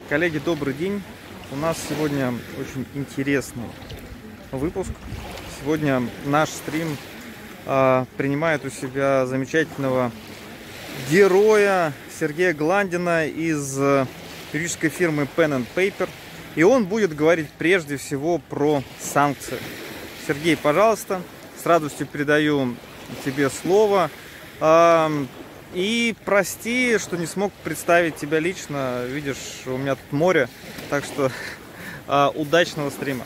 Коллеги, добрый день. У нас сегодня очень интересный выпуск. Сегодня наш стрим принимает у себя замечательного героя Сергея Гландина из юридической фирмы Pen & Paper. И он будет говорить прежде всего про санкции. Сергей, пожалуйста, с радостью передаю тебе слово. И прости, что не смог представить тебя лично. Видишь, у меня тут море. Так что удачного стрима.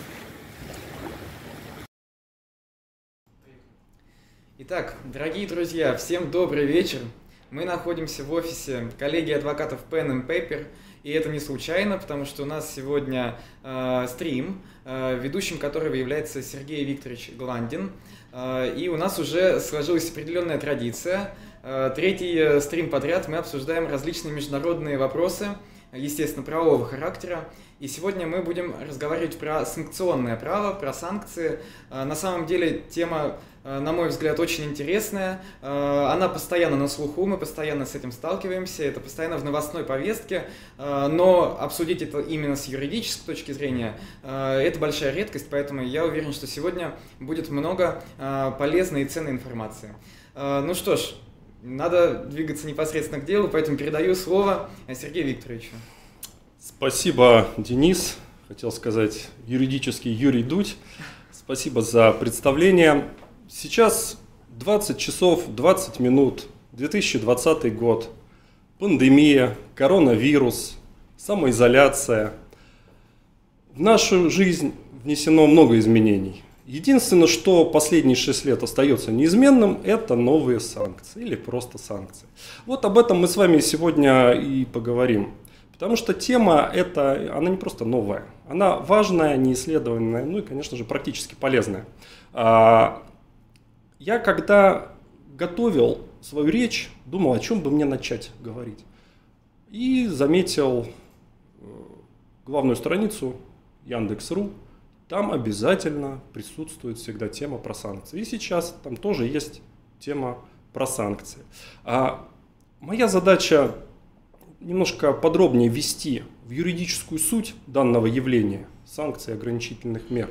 Итак, дорогие друзья, всем добрый вечер. Мы находимся в офисе коллегии адвокатов Pen & Paper. И это не случайно, потому что у нас сегодня стрим, ведущим которого является Сергей Викторович Гландин. И у нас уже сложилась определенная традиция. Третий стрим подряд мы обсуждаем различные международные вопросы, естественно, правового характера. И сегодня мы будем разговаривать про санкционное право, про санкции. На самом деле тема, на мой взгляд, очень интересная. Она постоянно на слуху, мы постоянно с этим сталкиваемся, это постоянно в новостной повестке. Но обсудить это именно с юридической точки зрения – это большая редкость, поэтому я уверен, что сегодня будет много полезной и ценной информации. Ну что ж, надо двигаться непосредственно к делу, поэтому передаю слово Сергею Викторовичу. Спасибо, Денис. Хотел сказать юридический Юрий Дудь. Спасибо за представление. Сейчас 20 часов 20 минут, 2020 год. Пандемия, коронавирус, самоизоляция. В нашу жизнь внесено много изменений. Единственное, что последние 6 лет остается неизменным, это новые санкции или просто санкции. Вот об этом мы с вами сегодня и поговорим. Потому что тема эта, она не просто новая, она важная, неисследованная, ну и, конечно же, практически полезная. Я когда готовил свою речь, думал, о чем бы мне начать говорить. И заметил главную страницу Яндекс.ру. Там обязательно присутствует всегда тема про санкции. И сейчас там тоже есть тема про санкции. Моя задача немножко подробнее ввести в юридическую суть данного явления, санкций, ограничительных мер.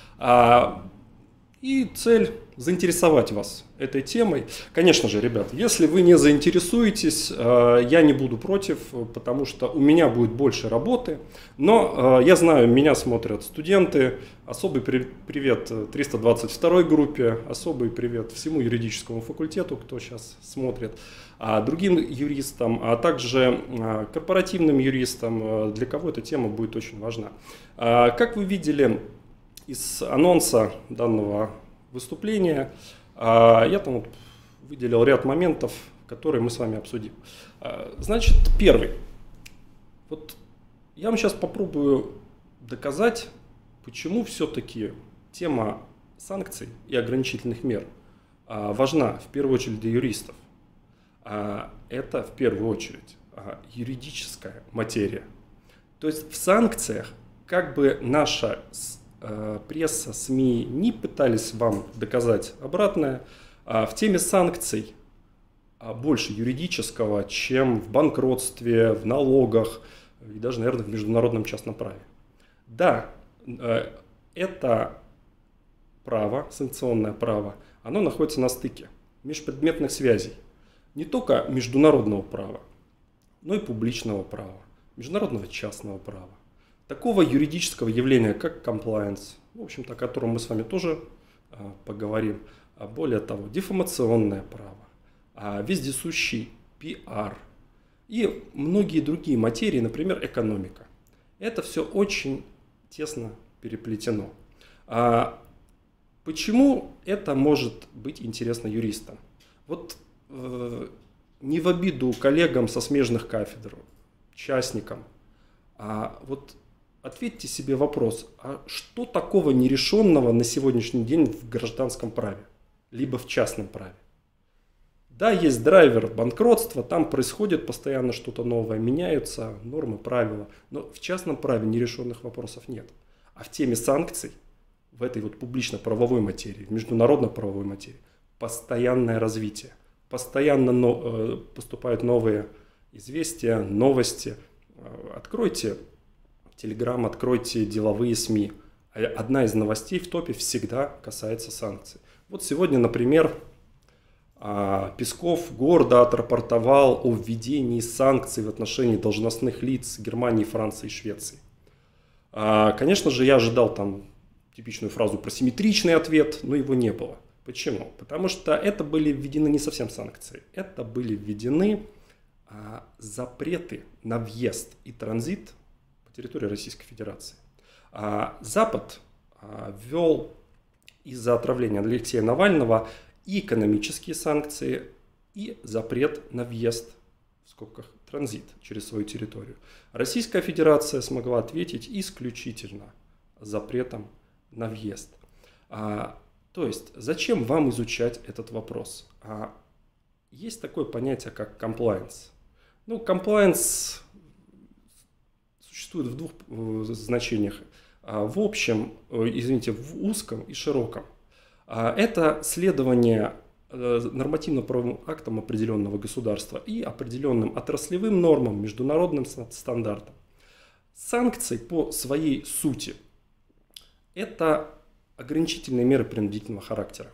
И цель заинтересовать вас этой темой. Конечно же, ребят, если вы не заинтересуетесь, я не буду против, потому что у меня будет больше работы. Но я знаю, меня смотрят студенты. Особый привет 322 группе, особый привет всему юридическому факультету, кто сейчас смотрит, другим юристам, а также корпоративным юристам, для кого эта тема будет очень важна. Как вы видели из анонса данного выступления, я там выделил ряд моментов, которые мы с вами обсудим. Значит, первый. Вот я вам сейчас попробую доказать, почему все-таки тема санкций и ограничительных мер важна в первую очередь для юристов. Это в первую очередь юридическая материя. То есть в санкциях, как бы наша пресса, СМИ не пытались вам доказать обратное, в теме санкций больше юридического, чем в банкротстве, в налогах и даже, наверное, в международном частном праве. Да, это право, санкционное право, оно находится на стыке межпредметных связей. Не только международного права, но и публичного права, международного частного права. Такого юридического явления, как compliance, в общем-то, о котором мы с вами тоже поговорим. Более того, дефамационное право, вездесущий пиар и многие другие материи, например, экономика. Это все очень тесно переплетено. Почему это может быть интересно юристам? Вот не в обиду коллегам со смежных кафедр, частникам, вот ответьте себе вопрос, а что такого нерешенного на сегодняшний день в гражданском праве, либо в частном праве? Да, есть драйвер банкротства, там происходит постоянно что-то новое, меняются нормы, правила, но в частном праве нерешенных вопросов нет. А в теме санкций, в этой вот публично-правовой материи, в международно-правовой материи, постоянное развитие. Постоянно поступают новые известия, новости. Откройте Telegram, откройте деловые СМИ. Одна из новостей в топе всегда касается санкций. Вот сегодня, например, Песков гордо отрапортовал о введении санкций в отношении должностных лиц Германии, Франции и Швеции. Конечно же, я ожидал там типичную фразу про симметричный ответ, но его не было. Почему? Потому что это были введены не совсем санкции, это были введены запреты на въезд и транзит по территории Российской Федерации. Запад ввел из-за отравления Алексея Навального и экономические санкции, и запрет на въезд, в скобках транзит, через свою территорию. Российская Федерация смогла ответить исключительно запретом на въезд. То есть, зачем вам изучать этот вопрос? Есть такое понятие, как compliance. Ну, compliance существует в двух значениях. В общем, в узком и широком. Это следование нормативно-правовым актам определенного государства и определенным отраслевым нормам, международным стандартам. Санкции по своей сути – это ограничительные меры принудительного характера,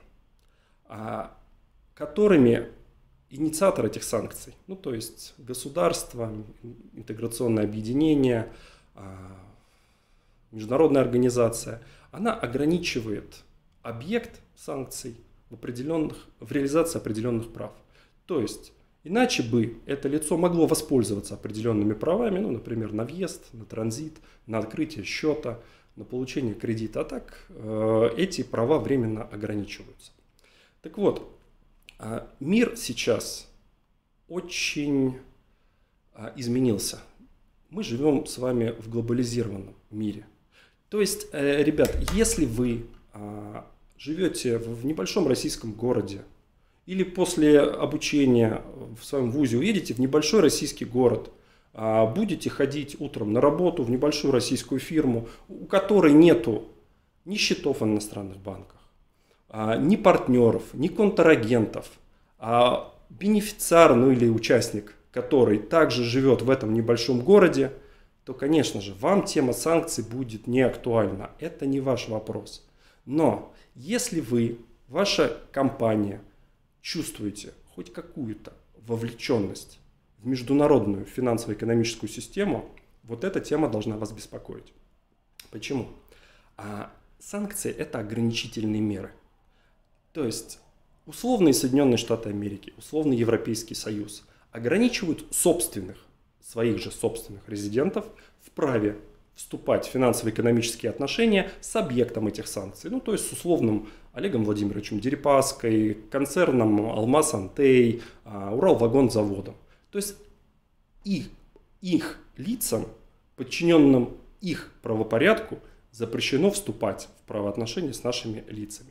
которыми инициатор этих санкций, ну то есть государство, интеграционное объединение, международная организация, она ограничивает объект санкций в реализации определенных прав. То есть, иначе бы это лицо могло воспользоваться определенными правами, ну, например, на въезд, на транзит, на открытие счета, на получение кредита. А так эти права временно ограничиваются. Так вот, мир сейчас очень изменился. Мы живем с вами в глобализированном мире. То есть, ребят, если вы живете в небольшом российском городе или после обучения в своем вузе уедете в небольшой российский город, будете ходить утром на работу в небольшую российскую фирму, у которой нету ни счетов в иностранных банках, ни партнеров, ни контрагентов, а бенефициар, ну или участник, который также живет в этом небольшом городе, то, конечно же, вам тема санкций будет не актуальна. Это не ваш вопрос. Но если вы, ваша компания, чувствуете хоть какую-то вовлеченность в международную финансово-экономическую систему, вот эта тема должна вас беспокоить. Почему? Санкции – это ограничительные меры. То есть условные Соединенные Штаты Америки, условный Европейский Союз ограничивают своих же собственных резидентов в праве вступать в финансово-экономические отношения с объектом этих санкций. Ну, то есть с условным Олегом Владимировичем Дерипаской, концерном «Алмаз-Антей», Уралвагонзаводом. То есть их лицам, подчиненным их правопорядку, запрещено вступать в правоотношения с нашими лицами.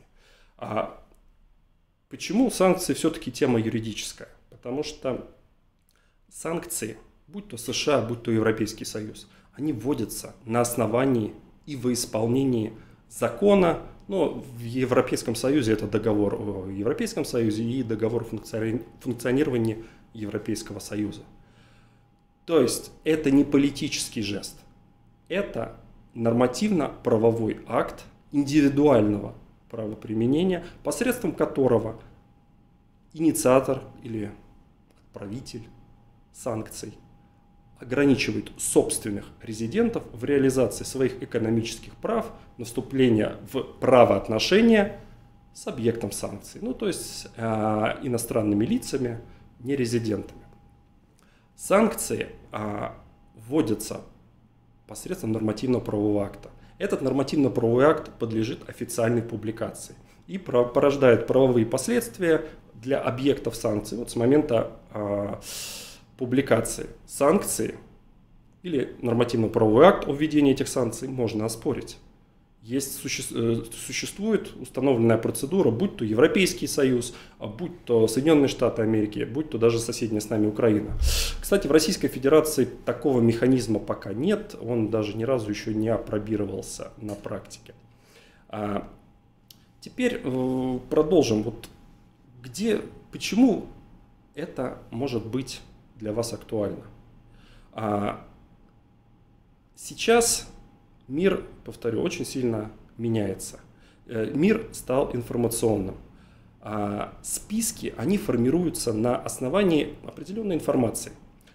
Почему санкции все-таки тема юридическая? Потому что санкции, будь то США, будь то Европейский Союз, они вводятся на основании и во исполнении закона. Но в Европейском Союзе это договор о Европейском Союзе и договор о функционировании Европейского Союза. То есть это не политический жест, это нормативно-правовой акт индивидуального правоприменения, посредством которого инициатор или правитель санкций ограничивает собственных резидентов в реализации своих экономических прав на вступление в правоотношения с объектом санкций, ну то есть иностранными лицами, нерезидентами. Санкции вводятся посредством нормативно-правового акта. Этот нормативно-правовой акт подлежит официальной публикации и порождает правовые последствия для объектов санкций вот с момента публикации. Санкции или нормативно-правовой акт о введении этих санкций можно оспорить. Существует установленная процедура, будь то Европейский Союз, будь то Соединенные Штаты Америки, будь то даже соседняя с нами Украина. Кстати, в Российской Федерации такого механизма пока нет, он даже ни разу еще не апробировался на практике. Теперь продолжим. Вот почему это может быть для вас актуально? Сейчас мир, повторю, очень сильно меняется. Мир стал информационным. Списки, они формируются на основании определенной информации.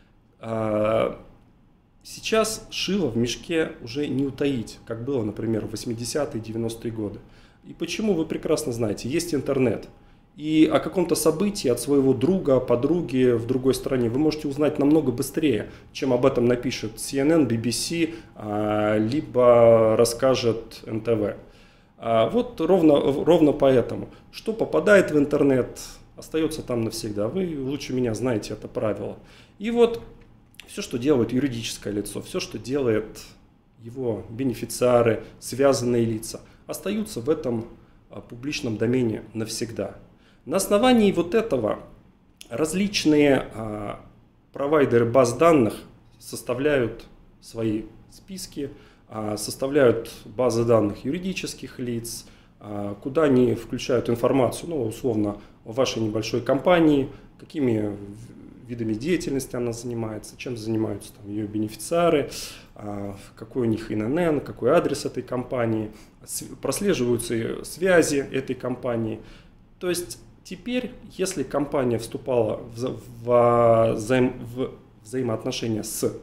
Сейчас шило в мешке уже не утаить, как было, например, в 80-е, 90-е годы. И почему, вы прекрасно знаете, есть интернет. И о каком-то событии от своего друга, подруги в другой стране вы можете узнать намного быстрее, чем об этом напишет CNN, BBC, либо расскажет НТВ. Вот ровно поэтому. Что попадает в интернет, остается там навсегда. Вы лучше меня знаете это правило. И вот все, что делает юридическое лицо, все, что делает его бенефициары, связанные лица, остаются в этом публичном домене навсегда. На основании вот этого различные провайдеры баз данных составляют свои списки, составляют базы данных юридических лиц, куда они включают информацию, ну, условно, о вашей небольшой компании, какими видами деятельности она занимается, чем занимаются там ее бенефициары, какой у них ИНН, какой адрес этой компании, прослеживаются связи этой компании. То есть теперь, если компания вступала в взаимоотношения с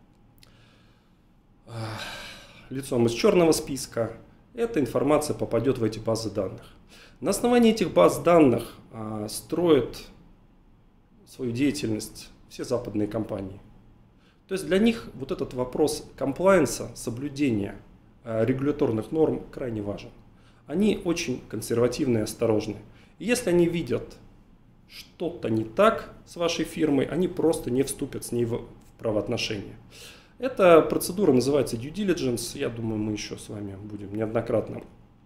лицом из черного списка, эта информация попадет в эти базы данных. На основании этих баз данных строят свою деятельность все западные компании. То есть для них вот этот вопрос комплаенса, соблюдения регуляторных норм крайне важен. Они очень консервативны и осторожны. И если они видят что-то не так с вашей фирмой, они просто не вступят с ней в правоотношения. Эта процедура называется due diligence. Я думаю, мы еще с вами будем неоднократно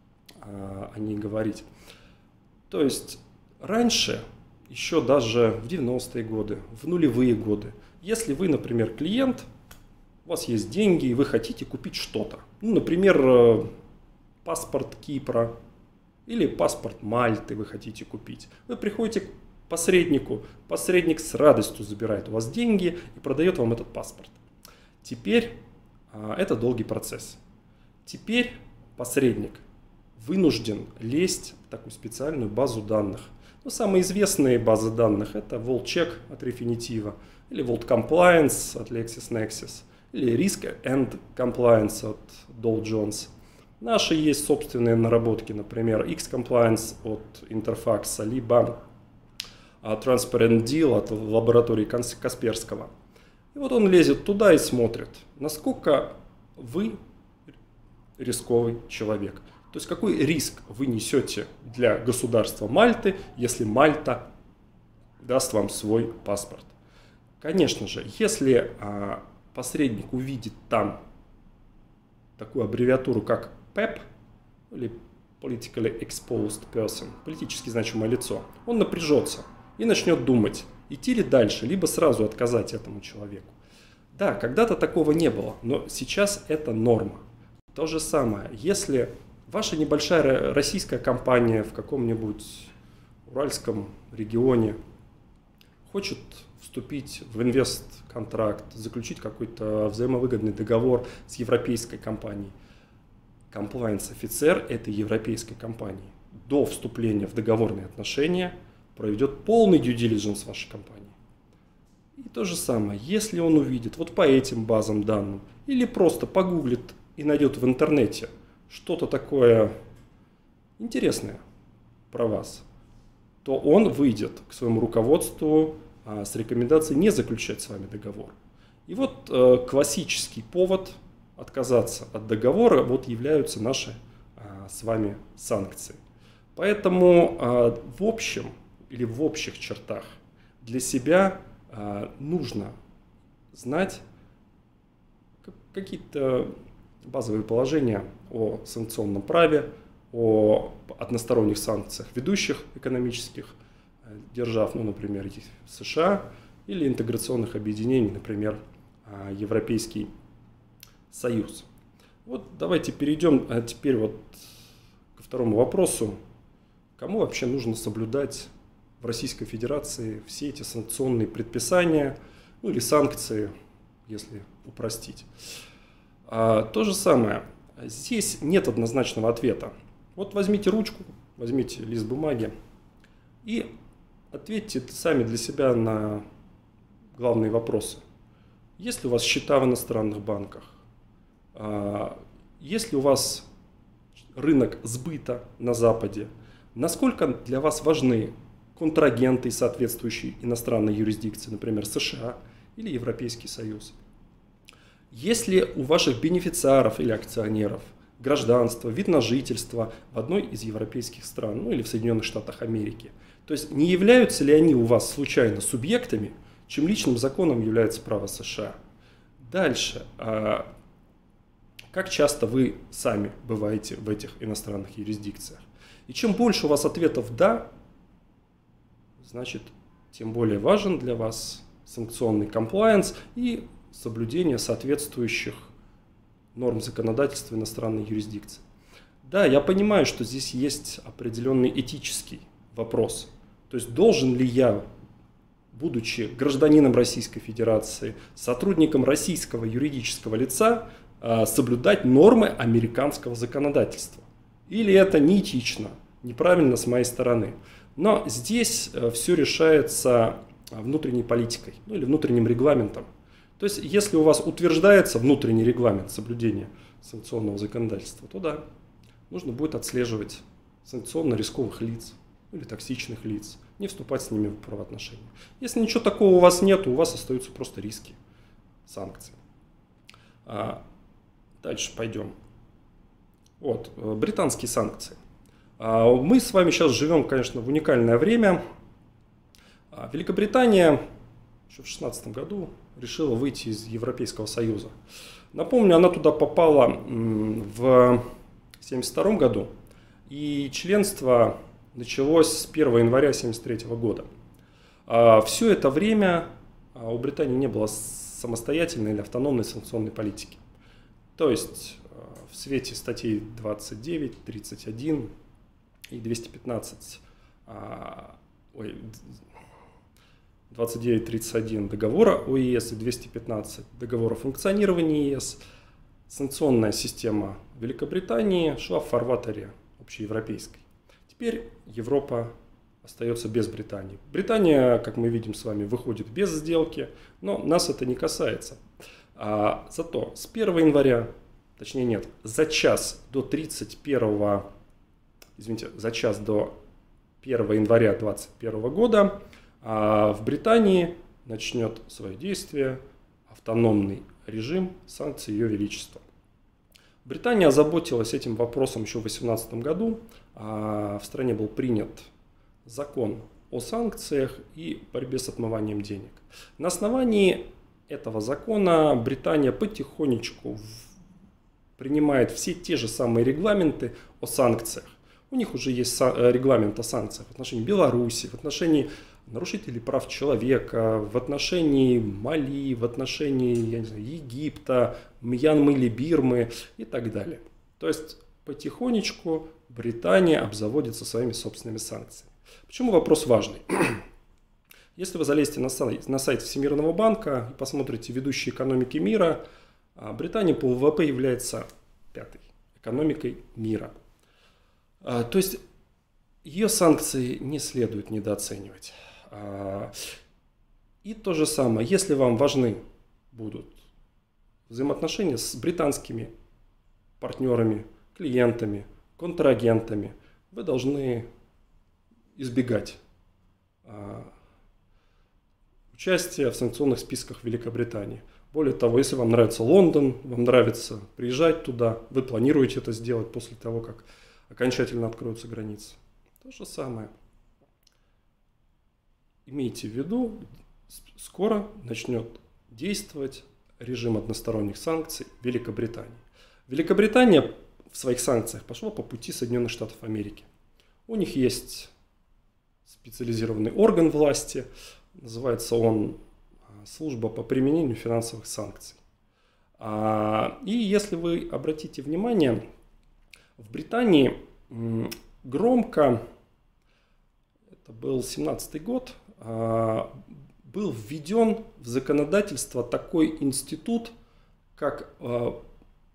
о ней говорить. То есть раньше, еще даже в 90-е годы, в нулевые годы, если вы, например, клиент, у вас есть деньги и вы хотите купить что-то, ну, например, паспорт Кипра или паспорт Мальты вы хотите купить, вы приходите к посреднику, посредник с радостью забирает у вас деньги и продает вам этот паспорт. Теперь это долгий процесс. Теперь посредник вынужден лезть в такую специальную базу данных. Ну, самые известные базы данных это WorldCheck от Refinitiv, или World Compliance от LexisNexis, или Risk and Compliance от Dow Jones. Наши есть собственные наработки, например, X-Compliance от Interfax, либо Transparent Deal от лаборатории Касперского. И вот он лезет туда и смотрит, насколько вы рисковый человек. То есть какой риск вы несете для государства Мальты, если Мальта даст вам свой паспорт. Конечно же, если посредник увидит там такую аббревиатуру, как PEP, или Politically Exposed Person, политически значимое лицо, он напряжется и начнет думать, идти ли дальше, либо сразу отказать этому человеку. Да, когда-то такого не было, но сейчас это норма. То же самое, если ваша небольшая российская компания в каком-нибудь уральском регионе хочет вступить в инвест-контракт, заключить какой-то взаимовыгодный договор с европейской компанией, комплаенс-офицер этой европейской компании до вступления в договорные отношения проведет полный due diligence вашей компании. И то же самое, если он увидит вот по этим базам данных или просто погуглит и найдет в интернете что-то такое интересное про вас, то он выйдет к своему руководству с рекомендацией не заключать с вами договор. И вот классический повод отказаться от договора вот являются наши с вами санкции. Поэтому в общем или в общих чертах для себя нужно знать какие-то базовые положения о санкционном праве, о односторонних санкциях ведущих экономических держав, ну, например, США, или интеграционных объединений, например, Европейский Союз. Вот давайте перейдем теперь вот ко второму вопросу. Кому вообще нужно соблюдать в Российской Федерации все эти санкционные предписания, ну или санкции, если упростить. То же самое. Здесь нет однозначного ответа. Вот возьмите ручку, возьмите лист бумаги и ответьте сами для себя на главные вопросы. Есть ли у вас счета в иностранных банках? Есть ли у вас рынок сбыта на Западе? Насколько для вас важны контрагенты соответствующей иностранной юрисдикции, например, США или Европейский Союз? Есть ли у ваших бенефициаров или акционеров гражданство, вид на жительство в одной из европейских стран, ну или в Соединенных Штатах Америки? То есть не являются ли они у вас случайно субъектами, чем личным законом является право США? Дальше. Как часто вы сами бываете в этих иностранных юрисдикциях? И чем больше у вас ответов «да», значит, тем более важен для вас санкционный комплаенс и соблюдение соответствующих норм законодательства иностранной юрисдикции. Да, я понимаю, что здесь есть определенный этический вопрос. То есть должен ли я, будучи гражданином Российской Федерации, сотрудником российского юридического лица, соблюдать нормы американского законодательства? Или это неэтично, неправильно с моей стороны? Но здесь все решается внутренней политикой, ну или внутренним регламентом. То есть, если у вас утверждается внутренний регламент соблюдения санкционного законодательства, то да, нужно будет отслеживать санкционно-рисковых лиц или токсичных лиц, не вступать с ними в правоотношения. Если ничего такого у вас нет, у вас остаются просто риски санкций. Дальше пойдем. Вот, британские санкции. Мы с вами сейчас живем, конечно, в уникальное время. Великобритания еще в 2016 году решила выйти из Европейского Союза. Напомню, она туда попала в 1972 году, и членство началось с 1 января 1973 года. Все это время у Британии не было самостоятельной или автономной санкционной политики. То есть в свете статей 29, 31 и 215, 29.31 договора о ЕС и 215 договора о функционировании ЕС, санкционная система Великобритании шла в фарватере общеевропейской. Теперь Европа остается без Британии. Британия, как мы видим с вами, выходит без сделки, но нас это не касается. Зато с 1 января, точнее нет, за час до 1 января 2021 года в Британии начнет свое действие автономный режим санкций Ее Величества. Британия озаботилась этим вопросом еще в 2018 году. В стране был принят закон о санкциях и борьбе с отмыванием денег. На основании этого закона Британия потихонечку принимает все те же самые регламенты о санкциях. У них уже есть регламент о санкциях в отношении Беларуси, в отношении нарушителей прав человека, в отношении Мали, в отношении, я не знаю, Египта, Мьянмы или Бирмы и так далее. То есть потихонечку Британия обзаводится своими собственными санкциями. Почему вопрос важный? Если вы залезете на сайт Всемирного банка и посмотрите ведущие экономики мира, Британия по ВВП является пятой экономикой мира. То есть ее санкции не следует недооценивать. И то же самое, если вам важны будут взаимоотношения с британскими партнерами, клиентами, контрагентами, вы должны избегать участия в санкционных списках Великобритании. Более того, если вам нравится Лондон, вам нравится приезжать туда, вы планируете это сделать после того, как окончательно откроются границы. То же самое. Имейте в виду, скоро начнет действовать режим односторонних санкций Великобритании. Великобритания в своих санкциях пошла по пути Соединенных Штатов Америки. У них есть специализированный орган власти, называется он Служба по применению финансовых санкций. И если вы обратите внимание, в Британии громко, это был 1917 год, был введен в законодательство такой институт, как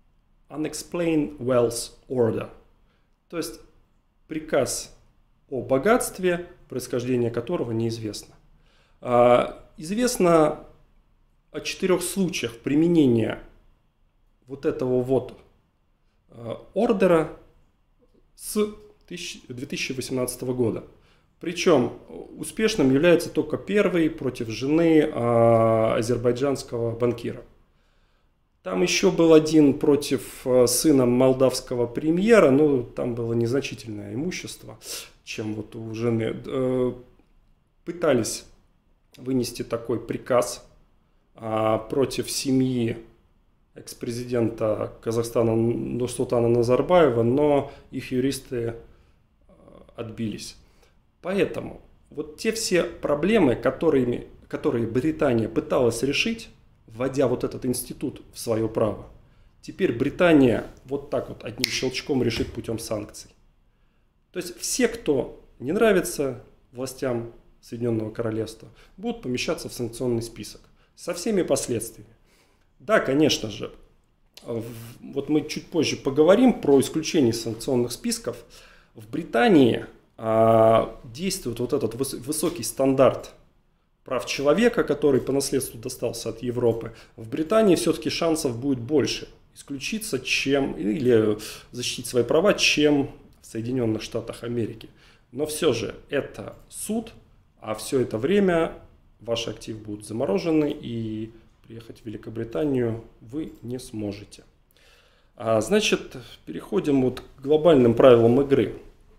Unexplained Wealth Order, то есть приказ о богатстве, происхождение которого неизвестно. Известно о 4 случаях применения вот этого вот ордера с 2018 года. Причем успешным является только первый против жены азербайджанского банкира. Там еще был один против сына молдавского премьера, но там было незначительное имущество, чем вот у жены. Пытались вынести такой приказ против семьи экс-президента Казахстана Нурсултана Назарбаева, но их юристы отбились. Поэтому вот те все проблемы, которые Британия пыталась решить, вводя вот этот институт в свое право, теперь Британия вот так вот одним щелчком решит путем санкций. То есть все, кто не нравится властям Соединенного Королевства, будут помещаться в санкционный список со всеми последствиями. Да, конечно же, вот мы чуть позже поговорим про исключение санкционных списков. В Британии действует вот этот высокий стандарт прав человека, который по наследству достался от Европы. В Британии все-таки шансов будет больше исключиться, или защитить свои права, чем в Соединенных Штатах Америки. Но все же это суд, а все это время ваши активы будут заморожены, и приехать в Великобританию вы не сможете. Значит, переходим вот к глобальным правилам игры.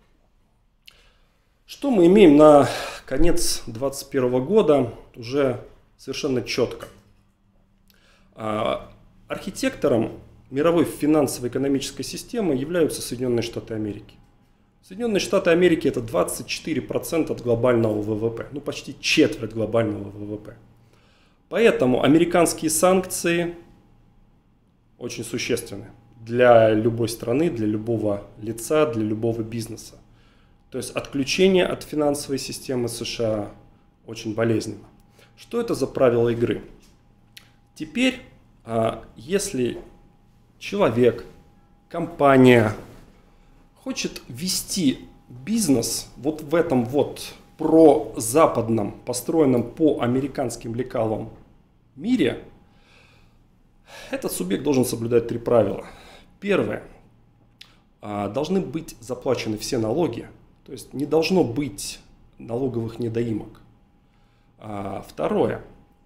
Что мы имеем на конец 2021 года уже совершенно четко. Архитектором мировой финансово-экономической системы являются Соединенные Штаты Америки. Соединенные Штаты Америки — это 24% от глобального ВВП, ну почти четверть глобального ВВП. Поэтому американские санкции очень существенны для любой страны, для любого лица, для любого бизнеса. То есть отключение от финансовой системы США очень болезненно. Что это за правила игры? Теперь, если человек, компания хочет вести бизнес вот в этом вот прозападном, построенном по американским лекалам мире, этот субъект должен соблюдать 3 правила. Первое. Должны быть заплачены все налоги, то есть не должно быть налоговых недоимок. Второе.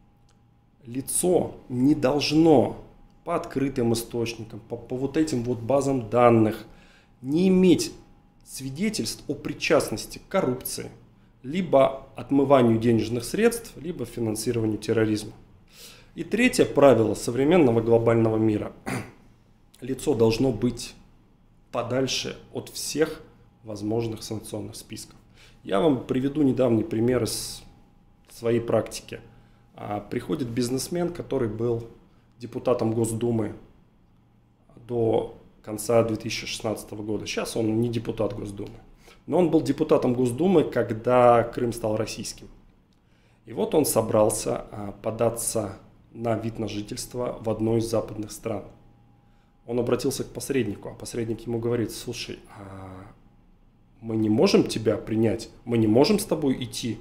Лицо не должно по открытым источникам, по вот этим вот базам данных не иметь свидетельств о причастности к коррупции, либо отмыванию денежных средств, либо финансированию терроризма. И третье правило современного глобального мира. Лицо должно быть подальше от всех возможных санкционных списков. Я вам приведу недавний пример из своей практики. Приходит бизнесмен, который был депутатом Госдумы до конца 2016 года. Сейчас он не депутат Госдумы. Но он был депутатом Госдумы, когда Крым стал российским. И вот он собрался податься на вид на жительство в одной из западных стран. Он обратился к посреднику, а посредник ему говорит: слушай, мы не можем тебя принять, мы не можем с тобой идти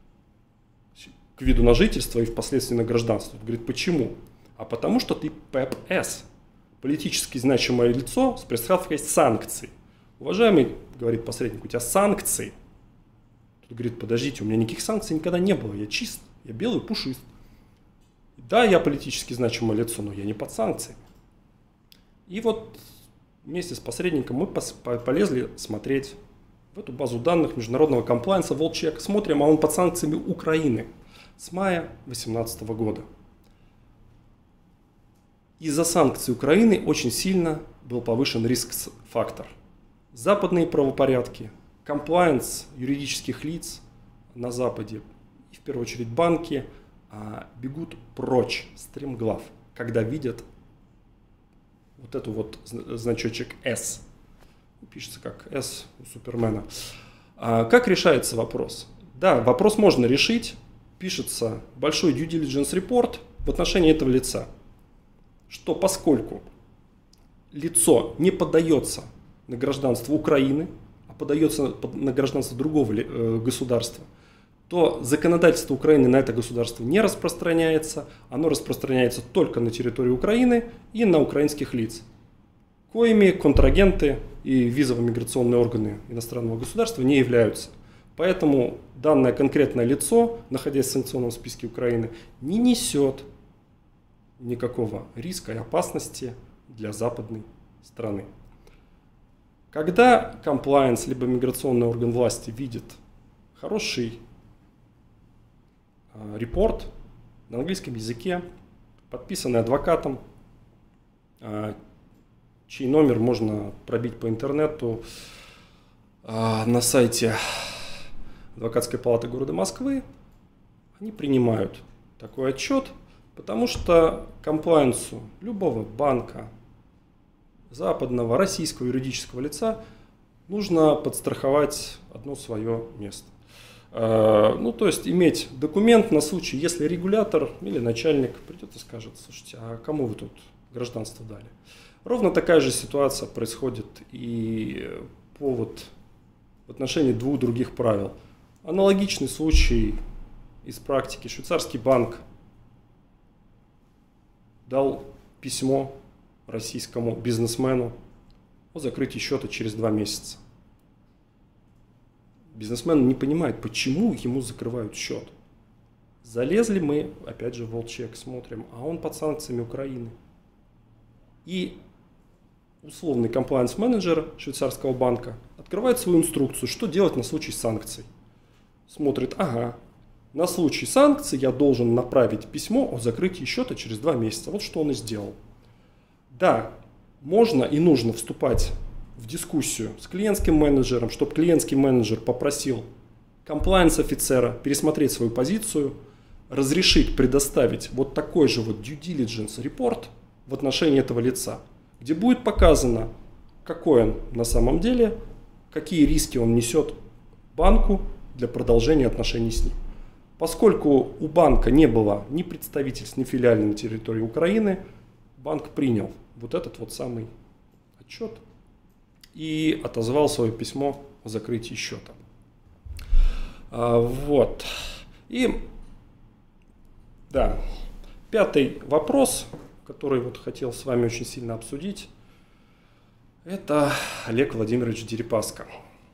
к виду на жительство и впоследствии на гражданство. Он говорит: почему? А потому что ты ПЭП-С, политически значимое лицо с приставкой санкций. Уважаемый, говорит посредник, у тебя санкции. Тут говорит: подождите, у меня никаких санкций никогда не было, я чист, я белый, пушист. Да, я политически значимое лицо, но я не под санкциями. И вот вместе с посредником мы полезли смотреть в эту базу данных международного комплайнса WorldCheck. Смотрим, а он под санкциями Украины с мая 2018 года. Из-за санкций Украины очень сильно был повышен риск-фактор. Западные правопорядки, комплайнс юридических лиц на Западе, и в первую очередь банки, бегут прочь, стремглав, когда видят вот эту вот значочек S. Пишется как S у Супермена. Как решается вопрос? Да, вопрос можно решить. Пишется большой due diligence report в отношении этого лица. Что поскольку лицо не подается на гражданство Украины, а подается на гражданство другого государства, то законодательство Украины на это государство не распространяется, оно распространяется только на территории Украины и на украинских лиц, коими контрагенты и визово-миграционные органы иностранного государства не являются. Поэтому данное конкретное лицо, находясь в санкционном списке Украины, не несет никакого риска и опасности для западной страны. Когда комплаенс либо миграционный орган власти видит хороший репорт на английском языке, подписанный адвокатом, чей номер можно пробить по интернету на сайте Адвокатской палаты города Москвы, они принимают такой отчет, потому что комплаенсу любого банка, западного, российского юридического лица нужно подстраховать одно свое место. Ну, то есть иметь документ на случай, если регулятор или начальник придет и скажет: слушайте, а кому вы тут гражданство дали? Ровно такая же ситуация происходит и в отношении двух других правил. Аналогичный случай из практики. Швейцарский банк дал письмо российскому бизнесмену о закрытии счета через 2 месяца. Бизнесмен не понимает, почему ему закрывают счет. Залезли мы, опять же, в волчек, смотрим, а он под санкциями Украины. И условный комплаенс-менеджер швейцарского банка открывает свою инструкцию, что делать на случай санкций. Смотрит, ага, на случай санкций я должен направить письмо о закрытии счета через 2 месяца. Вот что он и сделал. Да, можно и нужно вступать в дискуссию с клиентским менеджером, чтобы клиентский менеджер попросил комплаенс-офицера пересмотреть свою позицию, разрешить предоставить вот такой же вот due diligence репорт в отношении этого лица, где будет показано, какой он на самом деле, какие риски он несет банку для продолжения отношений с ним. Поскольку у банка не было ни представительств, ни филиалов на территории Украины, банк принял вот этот вот самый отчет и отозвал свое письмо о закрытии счета. Вот. И да, 5-й вопрос, который вот хотел с вами очень сильно обсудить, это Олег Владимирович Дерипаска.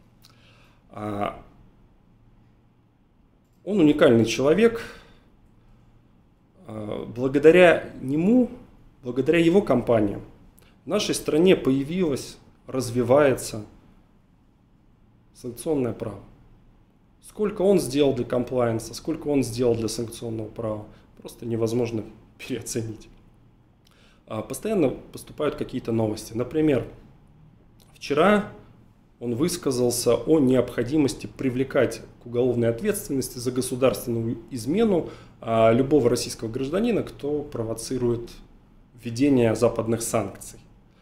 Он уникальный человек. Благодаря нему, благодаря его компаниям в нашей стране появилось, развивается санкционное право. Сколько он сделал для комплаенса, сколько он сделал для санкционного права, просто невозможно переоценить. Постоянно поступают какие-то новости. Например, вчера он высказался о необходимости привлекать к уголовной ответственности за государственную измену любого российского гражданина, кто провоцирует введение западных санкций.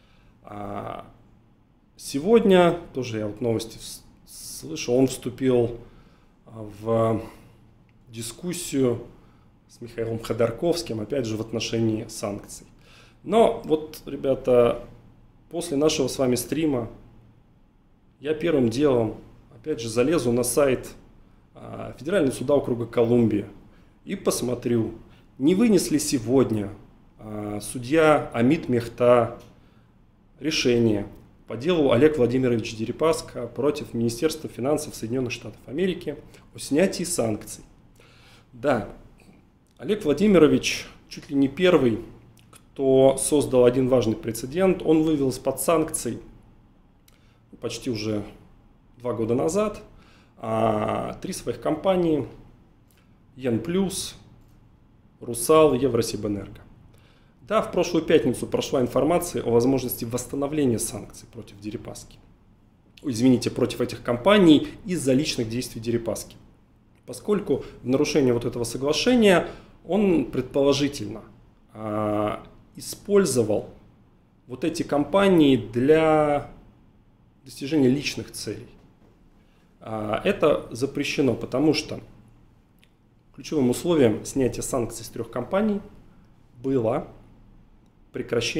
Сегодня, тоже я вот новости слышал, он вступил в дискуссию с Михаилом Ходорковским, опять же, в отношении санкций. Но вот, ребята, после нашего с вами стрима я первым делом, опять же, залезу на сайт Федерального суда округа Колумбия и посмотрю, не вынес ли сегодня судья Амит Мехта решение по делу Олег Владимирович Дерипаска против Министерства финансов Соединенных Штатов Америки о снятии санкций. Да, Олег Владимирович чуть ли не первый, кто создал один важный прецедент. Он вывел из-под санкций почти уже 2 года назад 3 своих компании: Янплюс, Русал, Евросибэнерго. Да, в прошлую пятницу прошла информация о возможности восстановления санкций против Дерипаски. Извините, против этих компаний из-за личных действий Дерипаски. Поскольку в нарушение вот этого соглашения он предположительно использовал вот эти компании для достижения личных целей. Это запрещено, потому что ключевым условием снятия санкций с 3 компаний было прекращение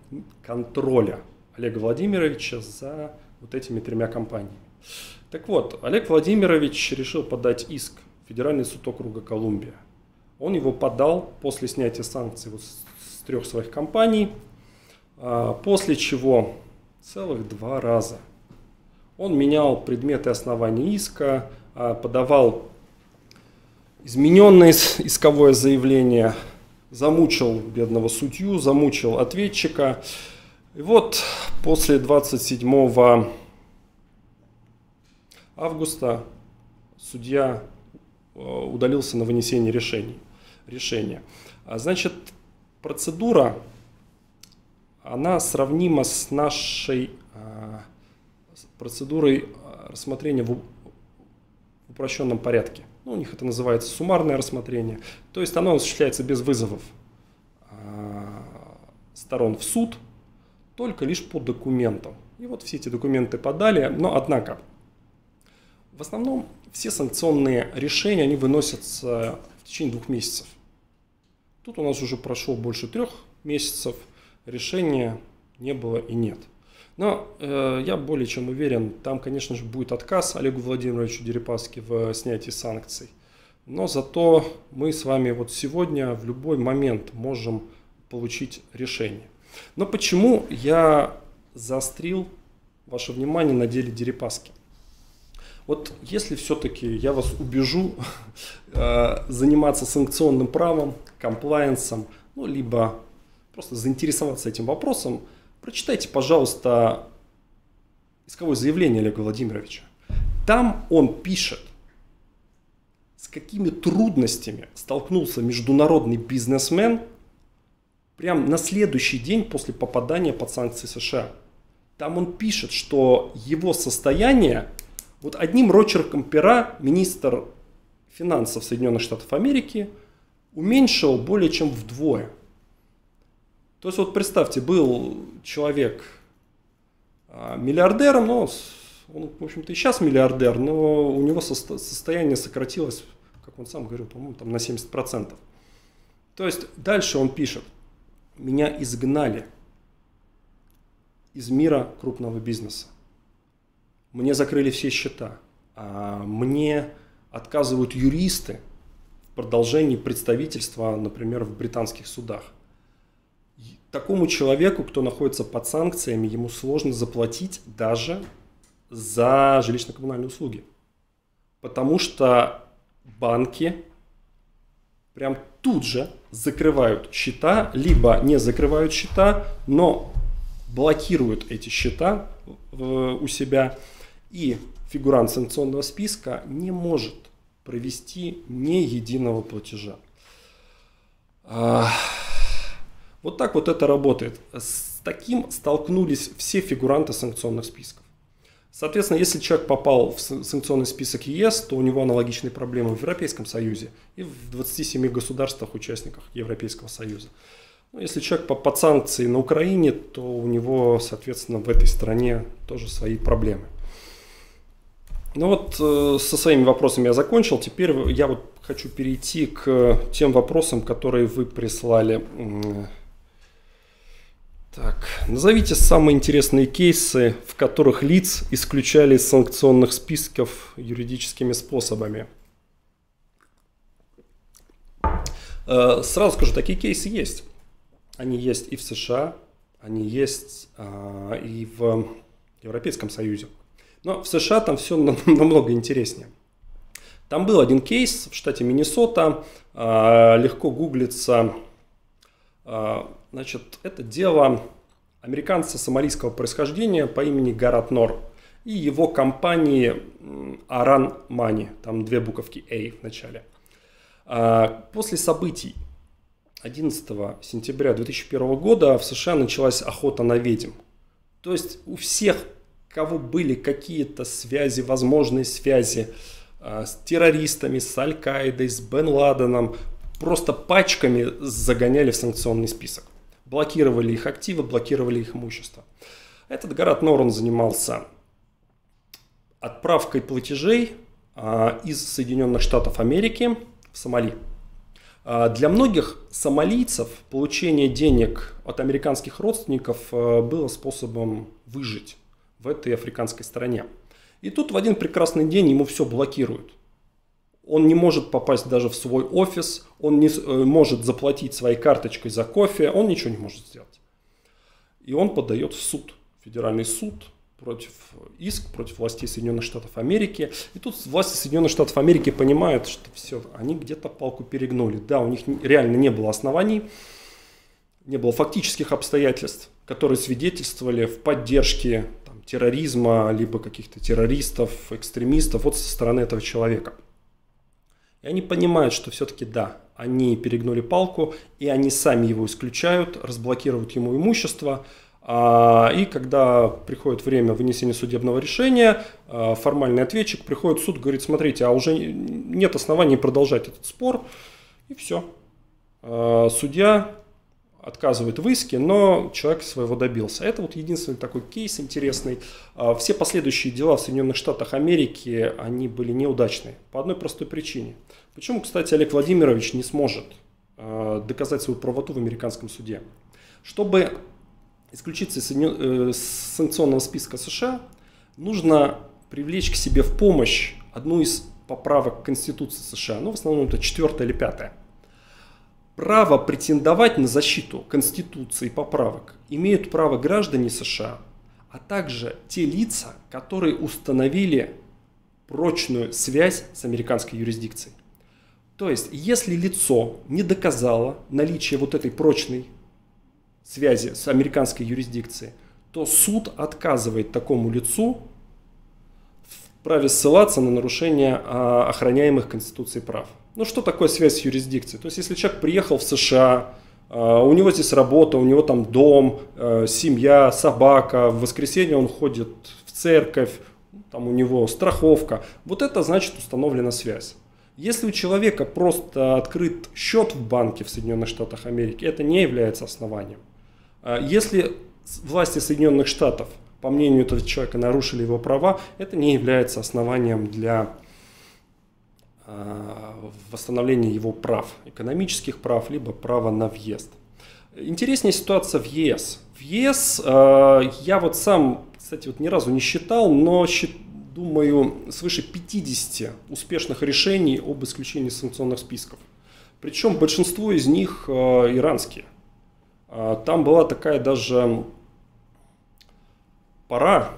контроля Олега Владимировича за вот этими 3 компаниями. Так вот, Олег Владимирович решил подать иск в Федеральный суд округа Колумбия. Он его подал после снятия санкций вот с 3 своих компаний, после чего целых 2 раза он менял предметы основания иска, подавал измененное исковое заявление, замучил бедного судью, замучил ответчика. И вот после 27 августа судья удалился на вынесение решения. Значит, процедура, она сравнима с нашей процедурой рассмотрения в упрощенном порядке. У них это называется суммарное рассмотрение. То есть оно осуществляется без вызовов сторон в суд, только лишь по документам. И вот все эти документы подали, но однако в основном все санкционные решения, они выносятся в течение 2 месяцев. Тут у нас уже прошло больше 3 месяцев, решения не было и нет. Но я более чем уверен, там, конечно же, будет отказ Олегу Владимировичу Дерипаске в снятии санкций. Но зато мы с вами вот сегодня в любой момент можем получить решение. Но почему я заострил ваше внимание на деле Дерипаски? Вот если все-таки я вас убежу заниматься санкционным правом, комплаенсом, ну, либо просто заинтересоваться этим вопросом, прочитайте, пожалуйста, исковое заявление Олега Владимировича. Там он пишет, с какими трудностями столкнулся международный бизнесмен прямо на следующий день после попадания под санкции США. Там он пишет, что его состояние, вот одним росчерком пера министр финансов Соединенных Штатов Америки уменьшил более чем вдвое. То есть вот представьте, был человек миллиардером, но он, в общем-то, и сейчас миллиардер, но у него состояние сократилось, как он сам говорил, по-моему, там на 70%. То есть дальше он пишет: меня изгнали из мира крупного бизнеса. Мне закрыли все счета. Мне отказывают юристы в продолжении представительства, например, в британских судах. Такому человеку, кто находится под санкциями, ему сложно заплатить даже за жилищно-коммунальные услуги. Потому что банки прям тут же закрывают счета, либо не закрывают счета, но блокируют эти счета у себя. И фигурант санкционного списка не может провести ни единого платежа. Вот так вот это работает. С таким столкнулись все фигуранты санкционных списков. Соответственно, если человек попал в санкционный список ЕС, то у него аналогичные проблемы в Европейском Союзе и в 27 государствах, участниках Европейского Союза. Но если человек под санкции на Украине, то у него, соответственно, в этой стране тоже свои проблемы. Ну вот со своими вопросами я закончил. Теперь я вот хочу перейти к тем вопросам, которые вы прислали. Так, назовите самые интересные кейсы, в которых лиц исключали из санкционных списков юридическими способами. Сразу скажу, такие кейсы есть. Они есть и в США, они есть и в Европейском Союзе. Но в США там все намного интереснее. Там был один кейс в штате Миннесота, легко гуглится. Значит, это дело американца сомалийского происхождения по имени Гарат Нор и его компании Aran Money, там 2 буковки A в начале. После событий 11 сентября 2001 года в США началась охота на ведьм. То есть у всех, кого были какие-то связи, возможные связи с террористами, с Аль-Каидой, с Бен Ладеном, просто пачками загоняли в санкционный список. Блокировали их активы, блокировали их имущество. Этот Гарат Нор, он занимался отправкой платежей из Соединенных Штатов Америки в Сомали. Для многих сомалийцев получение денег от американских родственников было способом выжить в этой африканской стране. И тут в один прекрасный день ему все блокируют. Он не может попасть даже в свой офис, он не может заплатить своей карточкой за кофе, он ничего не может сделать. И он подает в суд, федеральный суд, иск против властей Соединенных Штатов Америки. И тут власти Соединенных Штатов Америки понимают, что все, они где-то палку перегнули. Да, у них реально не было оснований, не было фактических обстоятельств, которые свидетельствовали в поддержке терроризма, либо каких-то террористов, экстремистов вот со стороны этого человека. И они понимают, что все-таки да, они перегнули палку, и они сами его исключают, разблокируют ему имущество. И когда приходит время вынесения судебного решения, формальный ответчик приходит в суд и говорит: смотрите, а уже нет оснований продолжать этот спор, и все. Судья отказывает в иске, но человек своего добился. Это вот единственный такой кейс интересный. Все последующие дела в Соединенных Штатах Америки, они были неудачные по одной простой причине. Почему, кстати, Олег Владимирович не сможет доказать свою правоту в американском суде? Чтобы исключиться из санкционного списка США, нужно привлечь к себе в помощь одну из поправок Конституции США. Ну, в основном это 4 или 5. Право претендовать на защиту Конституции и поправок имеют право граждане США, а также те лица, которые установили прочную связь с американской юрисдикцией. То есть, если лицо не доказало наличие вот этой прочной связи с американской юрисдикцией, то суд отказывает такому лицу в праве ссылаться на нарушение охраняемых Конституцией прав. Ну, что такое связь с юрисдикцией? То есть, если человек приехал в США, у него здесь работа, у него там дом, семья, собака, в воскресенье он ходит в церковь, там у него страховка, вот это значит установлена связь. Если у человека просто открыт счет в банке в Соединенных Штатах Америки, это не является основанием. Если власти Соединенных Штатов, по мнению этого человека, нарушили его права, это не является основанием для восстановления его прав, экономических прав, либо права на въезд. Интереснее ситуация в ЕС. В ЕС я вот сам, кстати, вот ни разу не считал, но думаю, свыше 50 успешных решений об исключении санкционных списков. Причем большинство из них иранские. Там была такая даже пора,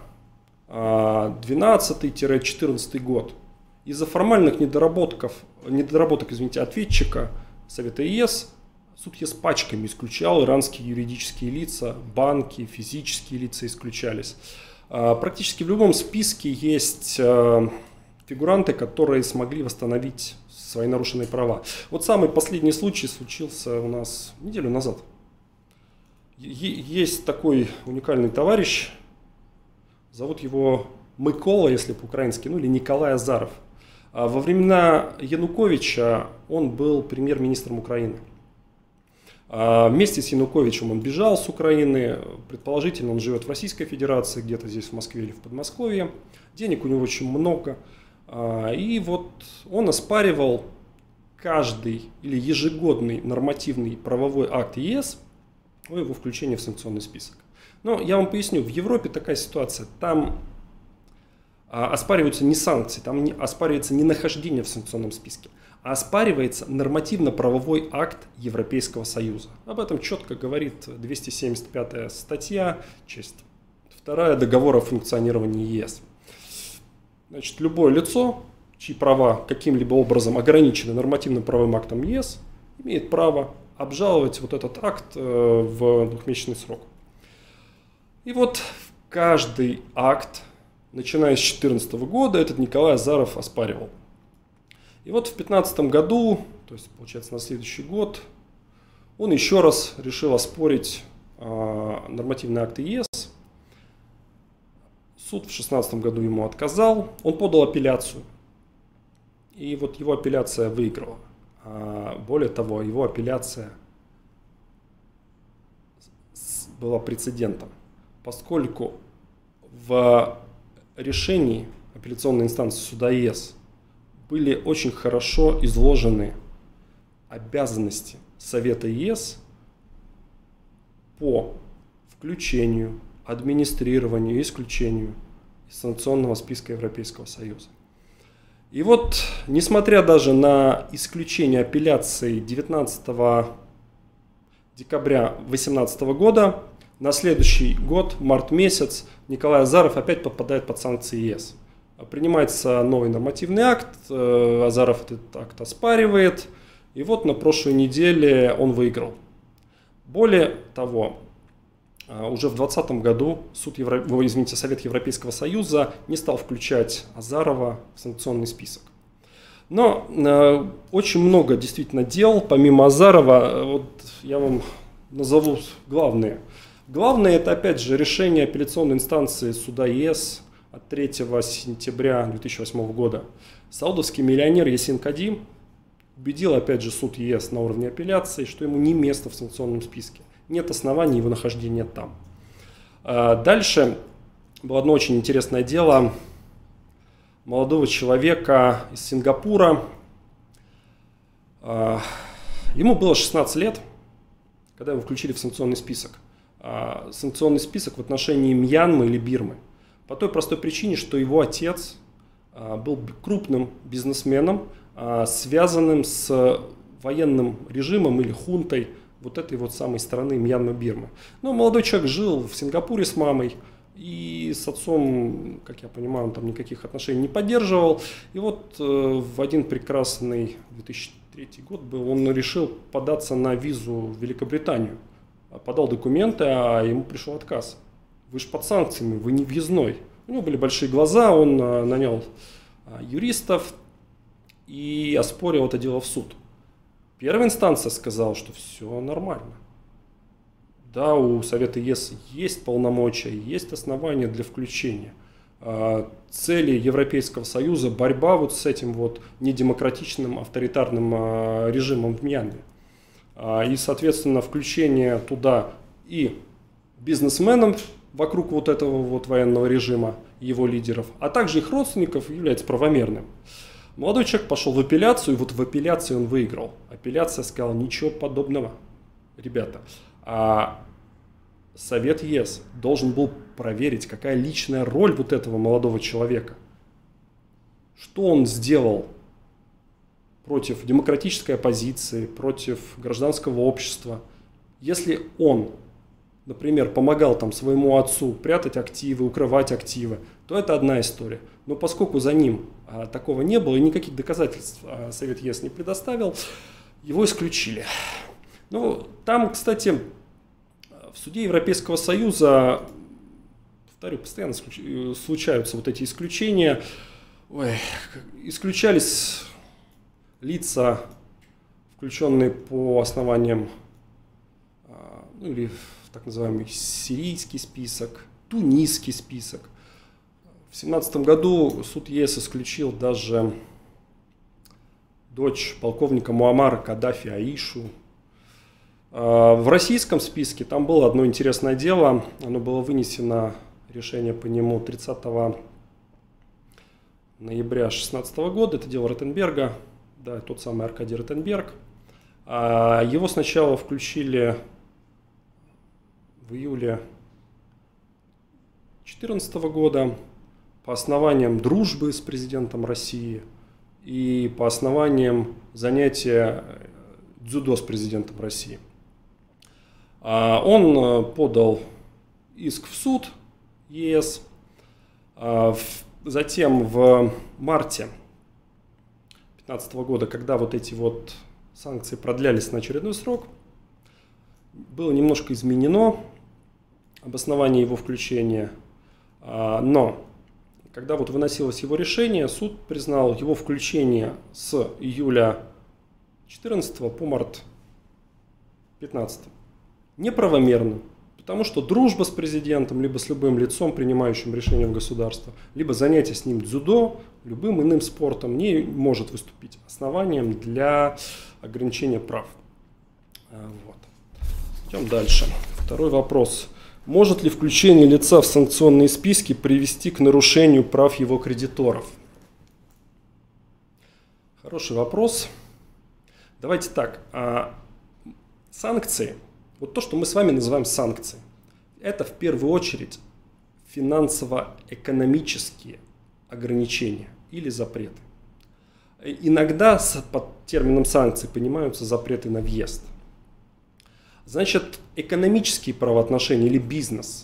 12-14 год. Из-за формальных недоработок ответчика Совета ЕС, суд ЕС пачками исключал иранские юридические лица, банки, физические лица исключались. Практически в любом списке есть фигуранты, которые смогли восстановить свои нарушенные права. Вот самый последний случай случился у нас неделю назад. Есть такой уникальный товарищ, зовут его Микола, если по-украински, ну или Николай Азаров. Во времена Януковича он был премьер-министром Украины. Вместе с Януковичем он бежал с Украины, предположительно он живет в Российской Федерации, где-то здесь в Москве или в Подмосковье. Денег у него очень много. И вот он оспаривал каждый или ежегодный нормативный правовой акт ЕС о его включении в санкционный список. Но я вам поясню, в Европе такая ситуация, там оспариваются не санкции, там оспаривается не нахождение в санкционном списке, а оспаривается нормативно-правовой акт Европейского Союза. Об этом четко говорит 275-я статья, часть 2 договора о функционировании ЕС. Значит, любое лицо, чьи права каким-либо образом ограничены нормативным правовым актом ЕС, имеет право обжаловать вот этот акт в двухмесячный срок. И вот каждый акт, начиная с 2014 года, этот Николай Азаров оспаривал. И вот в 2015 году, то есть получается на следующий год, он еще раз решил оспорить нормативные акты ЕС. Суд в 2016 году ему отказал, он подал апелляцию. И вот его апелляция выиграла. Более того, его апелляция была прецедентом, поскольку в решении апелляционной инстанции суда ЕС были очень хорошо изложены обязанности Совета ЕС по включению, администрированию и исключению из санкционного списка Европейского Союза. И вот, несмотря даже на исключение апелляции 19 декабря 2018 года, на следующий год, март месяц, Николай Азаров опять попадает под санкции ЕС. Принимается новый нормативный акт, Азаров этот акт оспаривает, и вот на прошлой неделе он выиграл. Более того, уже в 2020 году Совет Европейского Союза не стал включать Азарова в санкционный список. Но очень много действительно дел, помимо Азарова, вот я вам назову главные. Главное, это опять же решение апелляционной инстанции суда ЕС от 3 сентября 2008 года. Саудовский миллионер Ясин Кадим убедил опять же суд ЕС на уровне апелляции, что ему не место в санкционном списке. Нет оснований его нахождения там. Дальше было одно очень интересное дело молодого человека из Сингапура. Ему было 16 лет, когда его включили в санкционный список. Санкционный список в отношении Мьянмы или Бирмы. По той простой причине, что его отец был крупным бизнесменом, связанным с военным режимом или хунтой вот этой вот самой страны Мьянмы-Бирмы. Но молодой человек жил в Сингапуре с мамой, и с отцом, как я понимаю, он там никаких отношений не поддерживал. И вот в один прекрасный 2003 год был, он решил податься на визу в Великобританию. Подал документы, а ему пришел отказ. Вы же под санкциями, вы не въездной. У него были большие глаза, он нанял юристов и оспорил это дело в суд. Первая инстанция сказала, что все нормально. Да, у Совета ЕС есть полномочия, есть основания для включения. Цели Европейского Союза – борьба вот с этим вот недемократичным авторитарным режимом в Мьянме. И, соответственно, включение туда и бизнесменов вокруг вот этого вот военного режима, его лидеров, а также их родственников является правомерным. Молодой человек пошел в апелляцию, и вот в апелляции он выиграл. Апелляция сказала: ничего подобного, ребята. А Совет ЕС должен был проверить, какая личная роль вот этого молодого человека. Что он сделал против демократической оппозиции, против гражданского общества. Если он, например, помогал там своему отцу прятать активы, укрывать активы, то это одна история. Но поскольку за ним такого не было и никаких доказательств Совет ЕС не предоставил, его исключили. Ну, там, кстати, в суде Европейского Союза, повторю, постоянно случаются вот эти исключения. Исключались лица, включенные по основаниям, ну, или так называемый сирийский список, тунисский список. В 2017 году суд ЕС исключил даже дочь полковника Муаммара Каддафи Аишу. В российском списке там было одно интересное дело, оно было вынесено, решение по нему 30 ноября 2016 года, это дело Ротенберга, да, тот самый Аркадий Ротенберг. Его сначала включили в июле 2014 года по основаниям дружбы с президентом России и по основаниям занятия дзюдо с президентом России. Он подал иск в суд ЕС. Затем в марте 2015 года, когда вот эти вот санкции продлялись на очередной срок, было немножко изменено обоснование его включения. Но когда вот выносилось его решение, суд признал его включение с июля 2014 по март 2015 неправомерным, потому что дружба с президентом, либо с любым лицом, принимающим решение в государстве, либо занятие с ним дзюдо, любым иным спортом не может выступить основанием для ограничения прав. Вот. Идем дальше. Второй вопрос. Может ли включение лица в санкционные списки привести к нарушению прав его кредиторов? Хороший вопрос. Давайте так. Санкции, вот то, что мы с вами называем санкции, это в первую очередь финансово-экономические ограничения или запреты. Иногда под термином санкций понимаются запреты на въезд. Значит, экономические правоотношения или бизнес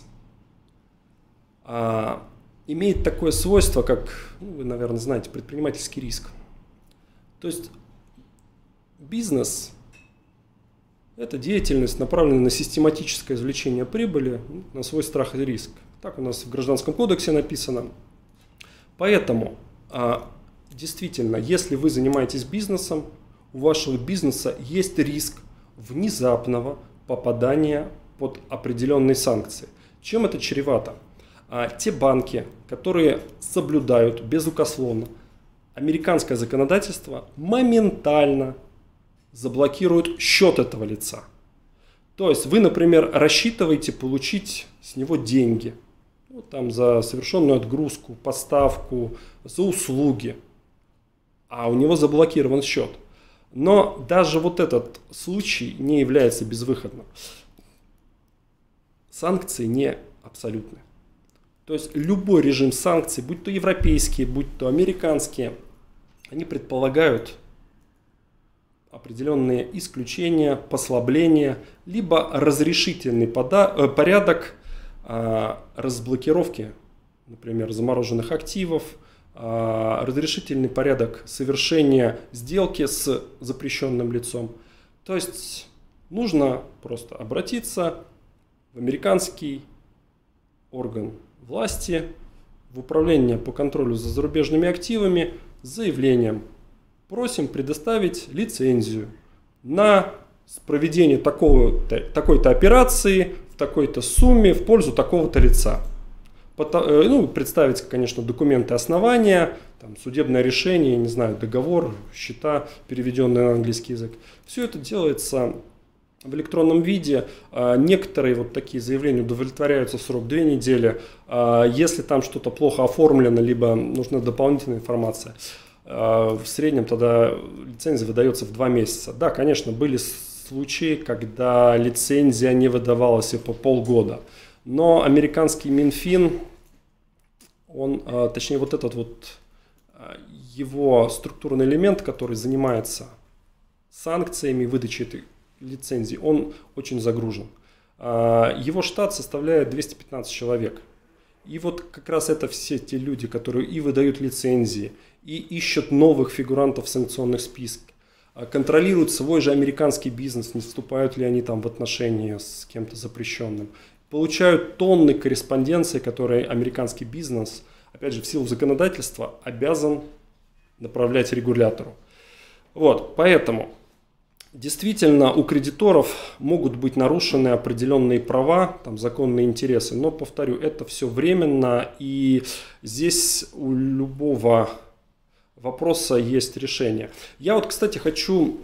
имеет такое свойство, как, вы, наверное, знаете, предпринимательский риск. То есть бизнес – это деятельность, направленная на систематическое извлечение прибыли на свой страх и риск. Так у нас в Гражданском кодексе написано. Поэтому, действительно, если вы занимаетесь бизнесом, у вашего бизнеса есть риск внезапного попадания под определенные санкции. Чем это чревато? Те банки, которые соблюдают безукословно американское законодательство, моментально заблокируют счет этого лица. То есть вы, например, рассчитываете получить с него деньги, там, за совершенную отгрузку, поставку, за услуги, а у него заблокирован счет. Но даже вот этот случай не является безвыходным. Санкции не абсолютны. То есть любой режим санкций, будь то европейские, будь то американские, они предполагают определенные исключения, послабления, либо разрешительный порядок разблокировки, например, замороженных активов, разрешительный порядок совершения сделки с запрещенным лицом. То есть нужно просто обратиться в американский орган власти, в управление по контролю за зарубежными активами с заявлением: просим предоставить лицензию на проведение такой-то операции в такой-то сумме в пользу такого-то лица. Представить, конечно, документы основания, там, судебное решение, не знаю, договор, счета, переведенные на английский язык. Все это делается в электронном виде. Некоторые вот такие заявления удовлетворяются в срок 2 недели. Если там что-то плохо оформлено, либо нужна дополнительная информация, в среднем тогда лицензия выдается в 2 месяца. Да, конечно, были случаи, когда лицензия не выдавалась и по полгода. Но американский Минфин, точнее вот этот вот его структурный элемент, который занимается санкциями, выдачей этой лицензии, он очень загружен. Его штат составляет 215 человек. И вот как раз это все те люди, которые и выдают лицензии, и ищут новых фигурантов в санкционных списках, контролируют свой же американский бизнес, не вступают ли они там в отношения с кем-то запрещенным. Получают тонны корреспонденции, которые американский бизнес, опять же, в силу законодательства, обязан направлять регулятору. Вот, поэтому действительно у кредиторов могут быть нарушены определенные права, там, законные интересы, но, повторю, это все временно, и здесь у любого вопроса есть решение. Я вот, кстати, хочу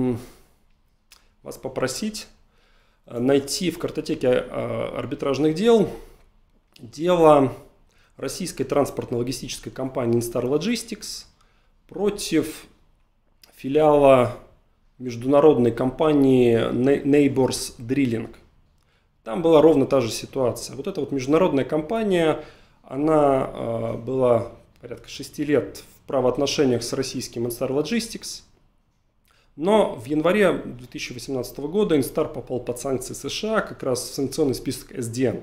вас попросить найти в картотеке арбитражных дел дело российской транспортно-логистической компании Instar Logistics против филиала международной компании Neighbors Drilling. Там была ровно та же ситуация. Вот эта вот международная компания, она была порядка 6 лет в правоотношениях с российским Instar Logistics. Но в январе 2018 года Instar попал под санкции США, как раз в санкционный список SDN.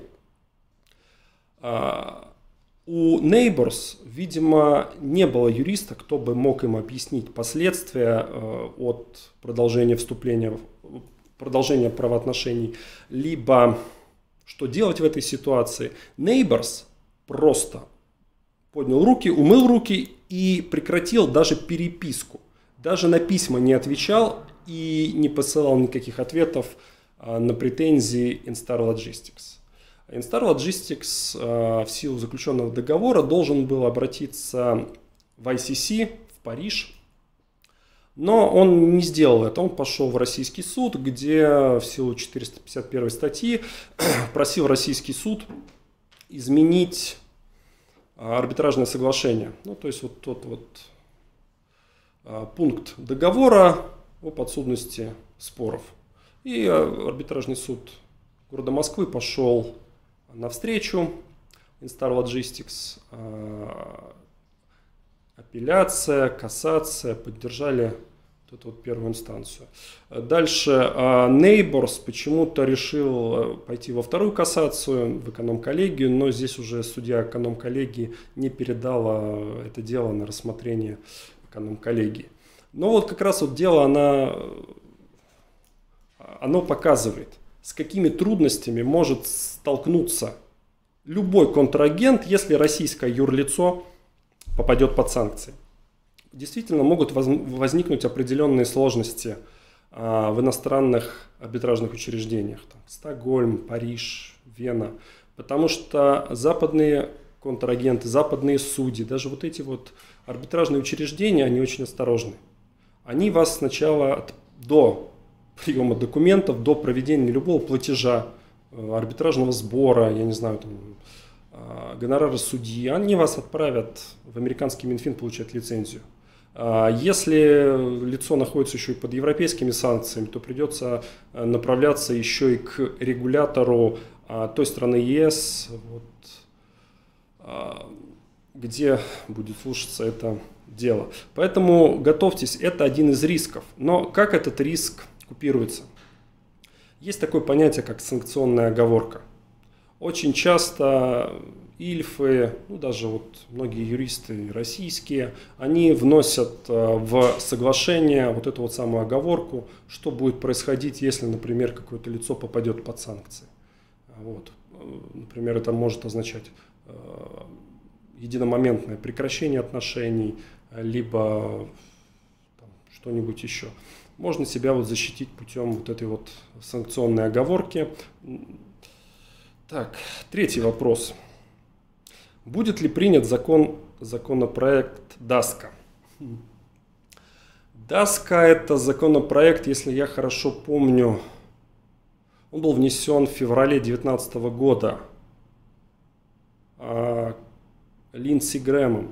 У Neighbors, видимо, не было юриста, кто бы мог им объяснить последствия от продолжения правоотношений, либо что делать в этой ситуации. Neighbors просто поднял руки, умыл руки и прекратил даже переписку. Даже на письма не отвечал и не посылал никаких ответов на претензии Instar Logistics. Instar Logistics в силу заключенного договора должен был обратиться в ICC, в Париж, но он не сделал это. Он пошел в российский суд, где в силу 451 статьи просил российский суд изменить арбитражное соглашение. Ну, то есть вот тот вот пункт договора, о подсудности споров. И арбитражный суд города Москвы пошел навстречу Instar Logistics. Апелляция, кассация поддержали вот эту вот первую инстанцию. Дальше Neighbors почему-то решил пойти во вторую кассацию в эконом-коллегию, но здесь уже судья эконом-коллегии не передала это дело на рассмотрение эконом-коллегии. Но вот как раз вот дело, оно показывает, с какими трудностями может столкнуться любой контрагент, если российское юрлицо попадет под санкции. Действительно могут возникнуть определенные сложности в иностранных арбитражных учреждениях. Там, Стокгольм, Париж, Вена. Потому что западные контрагенты, западные судьи, даже вот эти вот арбитражные учреждения, они очень осторожны. Они вас сначала до приема документов, до проведения любого платежа, арбитражного сбора, я не знаю, там, гонорары судьи, они вас отправят в американский Минфин получать лицензию. Если лицо находится еще и под европейскими санкциями, то придется направляться еще и к регулятору той страны ЕС, вот, где будет слушаться это дело. Поэтому готовьтесь, это один из рисков. Но как этот риск купируется? Есть такое понятие, как санкционная оговорка. Очень часто ильфы, ну даже вот многие юристы российские, они вносят в соглашение вот эту вот самую оговорку, что будет происходить, если, например, какое-то лицо попадет под санкции. Вот. Например, это может означать единомоментное прекращение отношений, либо что-нибудь еще. Можно себя вот защитить путем вот этой вот санкционной оговорки. Так, третий вопрос. Будет ли принят законопроект ДАСКО? ДАСКО – это законопроект, если я хорошо помню, он был внесен в феврале 2019 года Линдси Грэмом.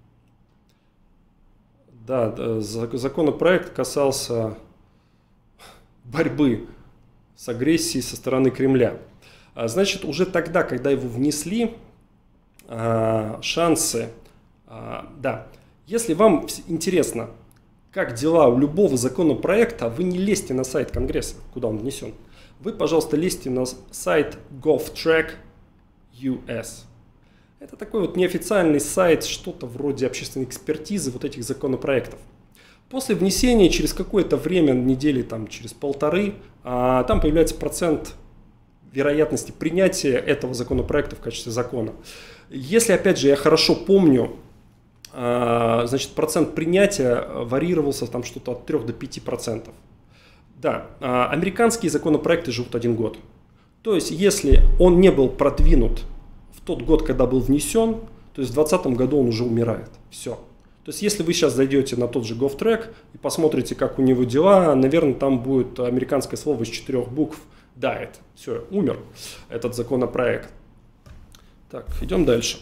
Да, законопроект касался борьбы с агрессией со стороны Кремля. Значит, уже тогда, когда его внесли, шансы, да, если вам интересно, как дела у любого законопроекта, вы не лезьте на сайт Конгресса, куда он внесен. Вы, пожалуйста, лезьте на сайт GovTrack.us. Это такой вот неофициальный сайт, что-то вроде общественной экспертизы вот этих законопроектов. После внесения через какое-то время, недели там, через полторы, там появляется процент вероятности принятия этого законопроекта в качестве закона. Если, опять же, я хорошо помню, значит, процент принятия варьировался там что-то от 3 до 5%. Да, американские законопроекты живут 1 год. То есть, если он не был продвинут в тот год, когда был внесен, то есть в 2020 году он уже умирает. Все. То есть, если вы сейчас зайдете на тот же GovTrack и посмотрите, как у него дела, наверное, там будет американское слово из 4 букв «died». Все, умер этот законопроект. Так, идем дальше.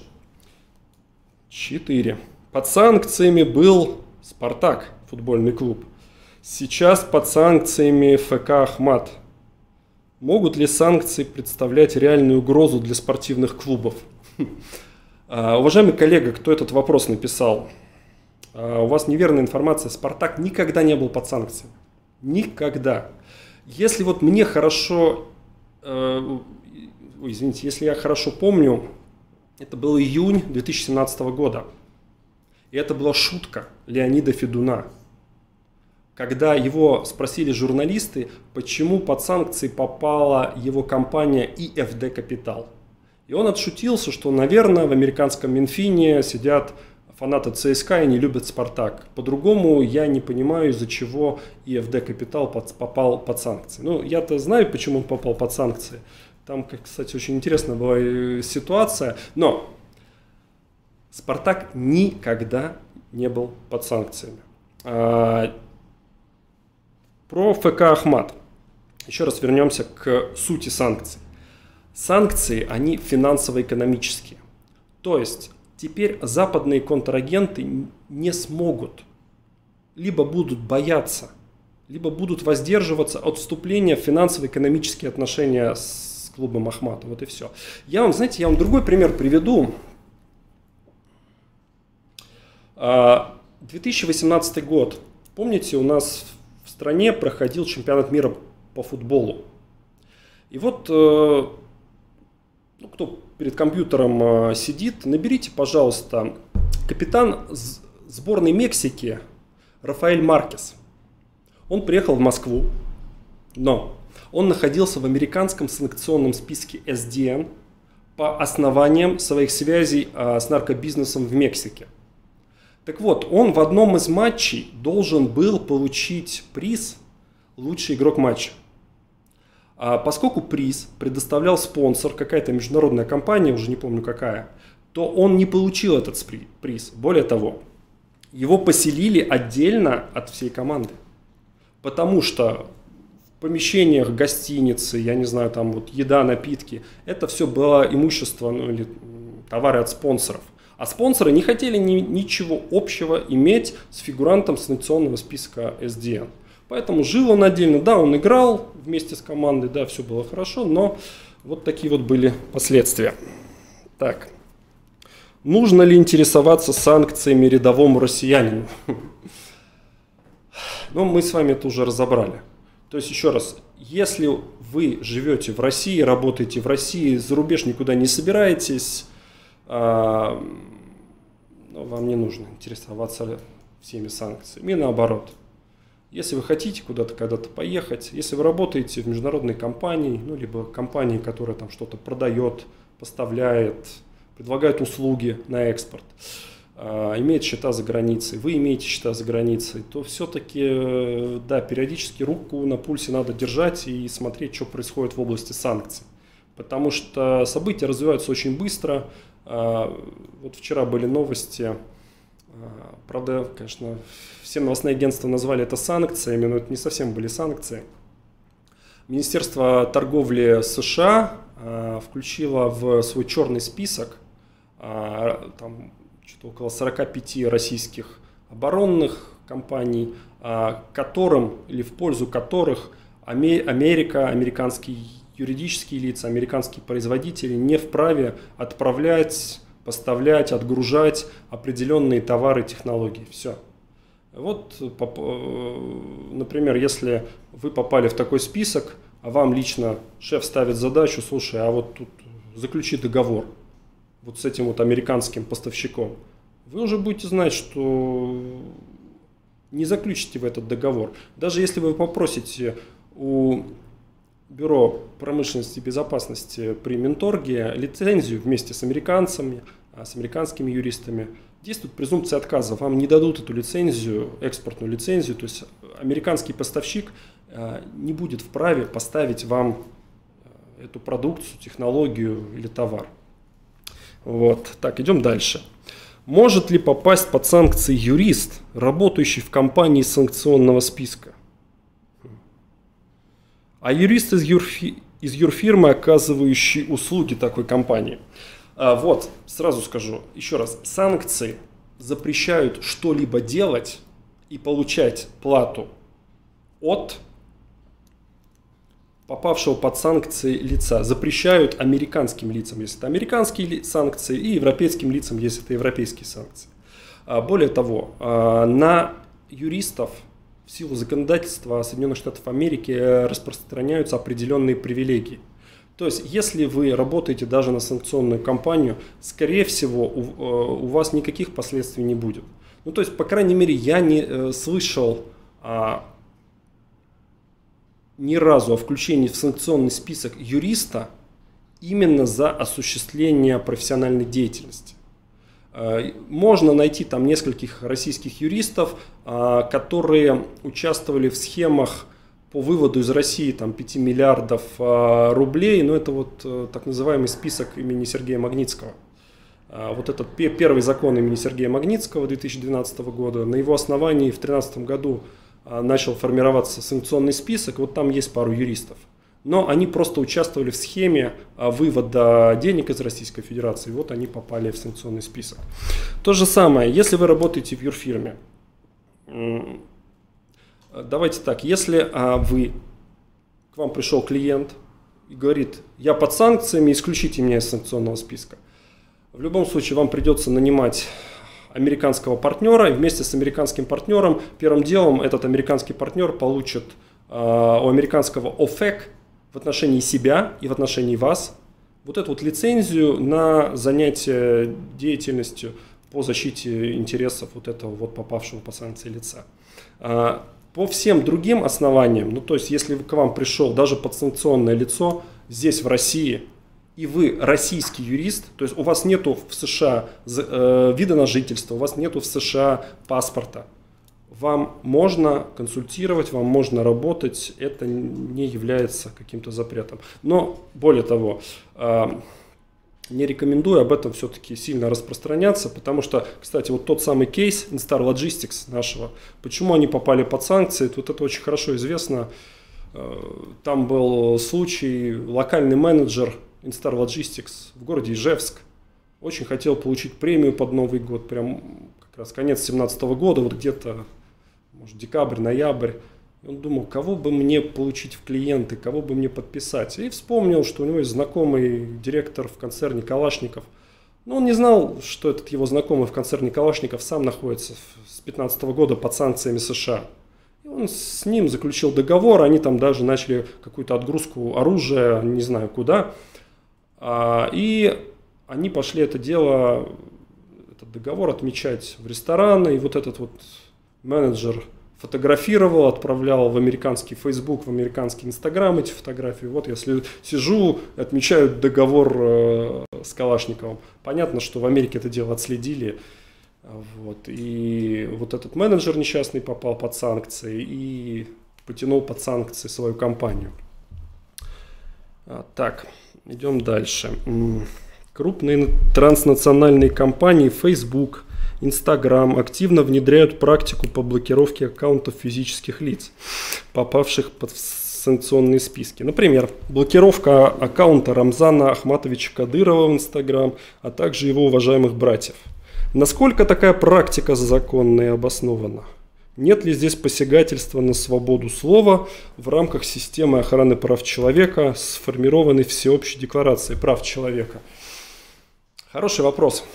4. Под санкциями был «Спартак», футбольный клуб. Сейчас под санкциями ФК «Ахмат». Могут ли санкции представлять реальную угрозу для спортивных клубов? Уважаемый коллега, кто этот вопрос написал? У вас неверная информация. «Спартак» никогда не был под санкциями. Никогда. Если вот мне хорошо, извините, если я хорошо помню, это был июнь 2017 года. И это была шутка Леонида Федуна. Когда его спросили журналисты, почему под санкции попала его компания EFD Capital. И он отшутился, что, наверное, в американском Минфине сидят фанаты ЦСКА и не любят Спартак. По-другому я не понимаю, из-за чего EFD Capital попал под санкции. Ну, я-то знаю, почему он попал под санкции. Там, кстати, очень интересная была ситуация. Но Спартак никогда не был под санкциями. Про ФК «Ахмат». Еще раз вернемся к сути санкций. Санкции, они финансово-экономические. То есть, теперь западные контрагенты не смогут, либо будут бояться либо будут воздерживаться от вступления в финансово-экономические отношения с клубом Ахмата. Вот и все. Я вам другой пример приведу. 2018 год. Помните, у нас в стране проходил чемпионат мира по футболу. И вот, кто перед компьютером сидит, наберите, пожалуйста, капитан сборной Мексики Рафаэль Маркес. Он приехал в Москву, но он находился в американском санкционном списке SDN по основаниям своих связей с наркобизнесом в Мексике. Так вот, он в одном из матчей должен был получить приз «Лучший игрок матча». А поскольку приз предоставлял спонсор, какая-то международная компания, уже не помню какая, то он не получил этот приз. Более того, его поселили отдельно от всей команды. Потому что в помещениях гостиницы, я не знаю, там вот еда, напитки, это все было имущество, или товары от спонсоров. А спонсоры не хотели ничего общего иметь с фигурантом санкционного списка SDN. Поэтому жил он отдельно. Да, он играл вместе с командой, да, все было хорошо, но вот такие вот были последствия. Так. Нужно ли интересоваться санкциями рядовому россиянину? Ну, мы с вами это уже разобрали. То есть, еще раз, если вы живете в России, работаете в России, за рубеж никуда не собираетесь, вам не нужно интересоваться всеми санкциями. И наоборот. Если вы хотите куда-то когда-то поехать, если вы работаете в международной компании, либо компании, которая там что-то продает, поставляет, предлагает услуги на экспорт, имеет счета за границей, вы имеете счета за границей, то все-таки, да, периодически руку на пульсе надо держать и смотреть, что происходит в области санкций. Потому что события развиваются очень быстро. Вот вчера были новости. Правда, конечно, все новостные агентства назвали это санкциями, но это не совсем были санкции. Министерство торговли США включило в свой черный список там, что-то около 45 российских оборонных компаний, которым или в пользу которых Америка, американские юридические лица, американские производители не вправе отправлять, поставлять, отгружать определенные товары и технологии. Все. Вот, например, если вы попали в такой список, а вам лично шеф ставит задачу: слушай, а вот тут заключи договор вот с этим вот американским поставщиком, вы уже будете знать, что не заключите в этот договор. Даже если вы попросите у Бюро промышленности и безопасности при Минторге лицензию вместе с американцами, с американскими юристами, действует презумпция отказа. Вам не дадут эту лицензию, экспортную лицензию, то есть американский поставщик не будет вправе поставить вам эту продукцию, технологию или товар. Вот. Так, идем дальше. Может ли попасть под санкции юрист, работающий в компании санкционного списка? А юрист из юрфирмы, оказывающий услуги такой компании? Вот, сразу скажу еще раз. Санкции запрещают что-либо делать и получать плату от попавшего под санкции лица. Запрещают американским лицам, если это американские санкции, и европейским лицам, если это европейские санкции. Более того, на юристов в силу законодательства Соединенных Штатов Америки распространяются определенные привилегии. То есть, если вы работаете даже на санкционную компанию, скорее всего, у вас никаких последствий не будет. Ну, то есть, по крайней мере, я не слышал ни разу о включении в санкционный список юриста именно за осуществление профессиональной деятельности. Можно найти там нескольких российских юристов, которые участвовали в схемах по выводу из России там, 5 миллиардов рублей. Но это вот так называемый список имени Сергея Магнитского. Вот этот первый закон имени Сергея Магнитского 2012 года. На его основании в 2013 году начал формироваться санкционный список. Вот там есть пару юристов. Но они просто участвовали в схеме вывода денег из Российской Федерации. Вот они попали в санкционный список. То же самое, если вы работаете в юрфирме. Давайте так, если к вам пришел клиент и говорит, я под санкциями, исключите меня из санкционного списка. В любом случае вам придется нанимать американского партнера, и вместе с американским партнером первым делом этот американский партнер получит у американского OFAC в отношении себя и в отношении вас вот эту вот лицензию на занятие деятельностью по защите интересов вот этого вот попавшего под санкции лица. По всем другим основаниям, ну то есть если к вам пришел даже подсанкционное лицо здесь в России, и вы российский юрист, то есть у вас нету в США вида на жительство, у вас нету в США паспорта, вам можно консультировать, вам можно работать, это не является каким-то запретом. Но более того, не рекомендую об этом все-таки сильно распространяться, потому что, кстати, вот тот самый кейс Instar Logistics нашего, почему они попали под санкции, тут это очень хорошо известно. Там был случай, локальный менеджер Instar Logistics в городе Ижевск очень хотел получить премию под Новый год, прям как раз конец 2017 года, вот где-то, может, декабрь, ноябрь. И он думал, кого бы мне получить в клиенты, кого бы мне подписать. И вспомнил, что у него есть знакомый директор в концерне Калашников. Но он не знал, что этот его знакомый в концерне Калашников сам находится с 2015 года под санкциями США. И он с ним заключил договор, они там даже начали какую-то отгрузку оружия, не знаю куда. И они пошли это дело, этот договор отмечать в рестораны. И вот этот вот менеджер фотографировал, отправлял в американский Facebook, в американский Instagram эти фотографии. Вот я сижу, отмечаю договор с Калашниковым. Понятно, что в Америке это дело отследили. Вот. И вот этот менеджер несчастный попал под санкции и потянул под санкции свою компанию. Так, идем дальше. Крупные транснациональные компании Facebook, Instagram активно внедряют практику по блокировке аккаунтов физических лиц, попавших под санкционные списки. Например, блокировка аккаунта Рамзана Ахматовича Кадырова в Instagram, а также его уважаемых братьев. Насколько такая практика законна и обоснована? Нет ли здесь посягательства на свободу слова в рамках системы охраны прав человека, сформированной Всеобщей декларацией прав человека? Хороший вопрос.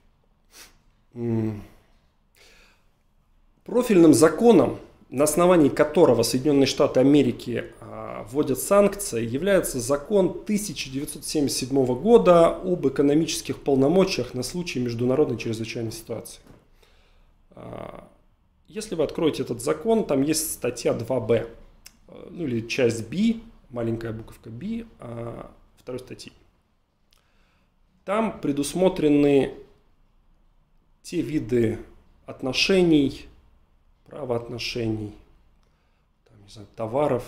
Профильным законом, на основании которого Соединенные Штаты Америки вводят санкции, является закон 1977 года об экономических полномочиях на случай международной чрезвычайной ситуации. Если вы откроете этот закон, там есть статья 2Б, ну или часть Б, маленькая буковка Б, второй статьи. Там предусмотрены те виды отношений, правоотношений, там, не знаю, товаров,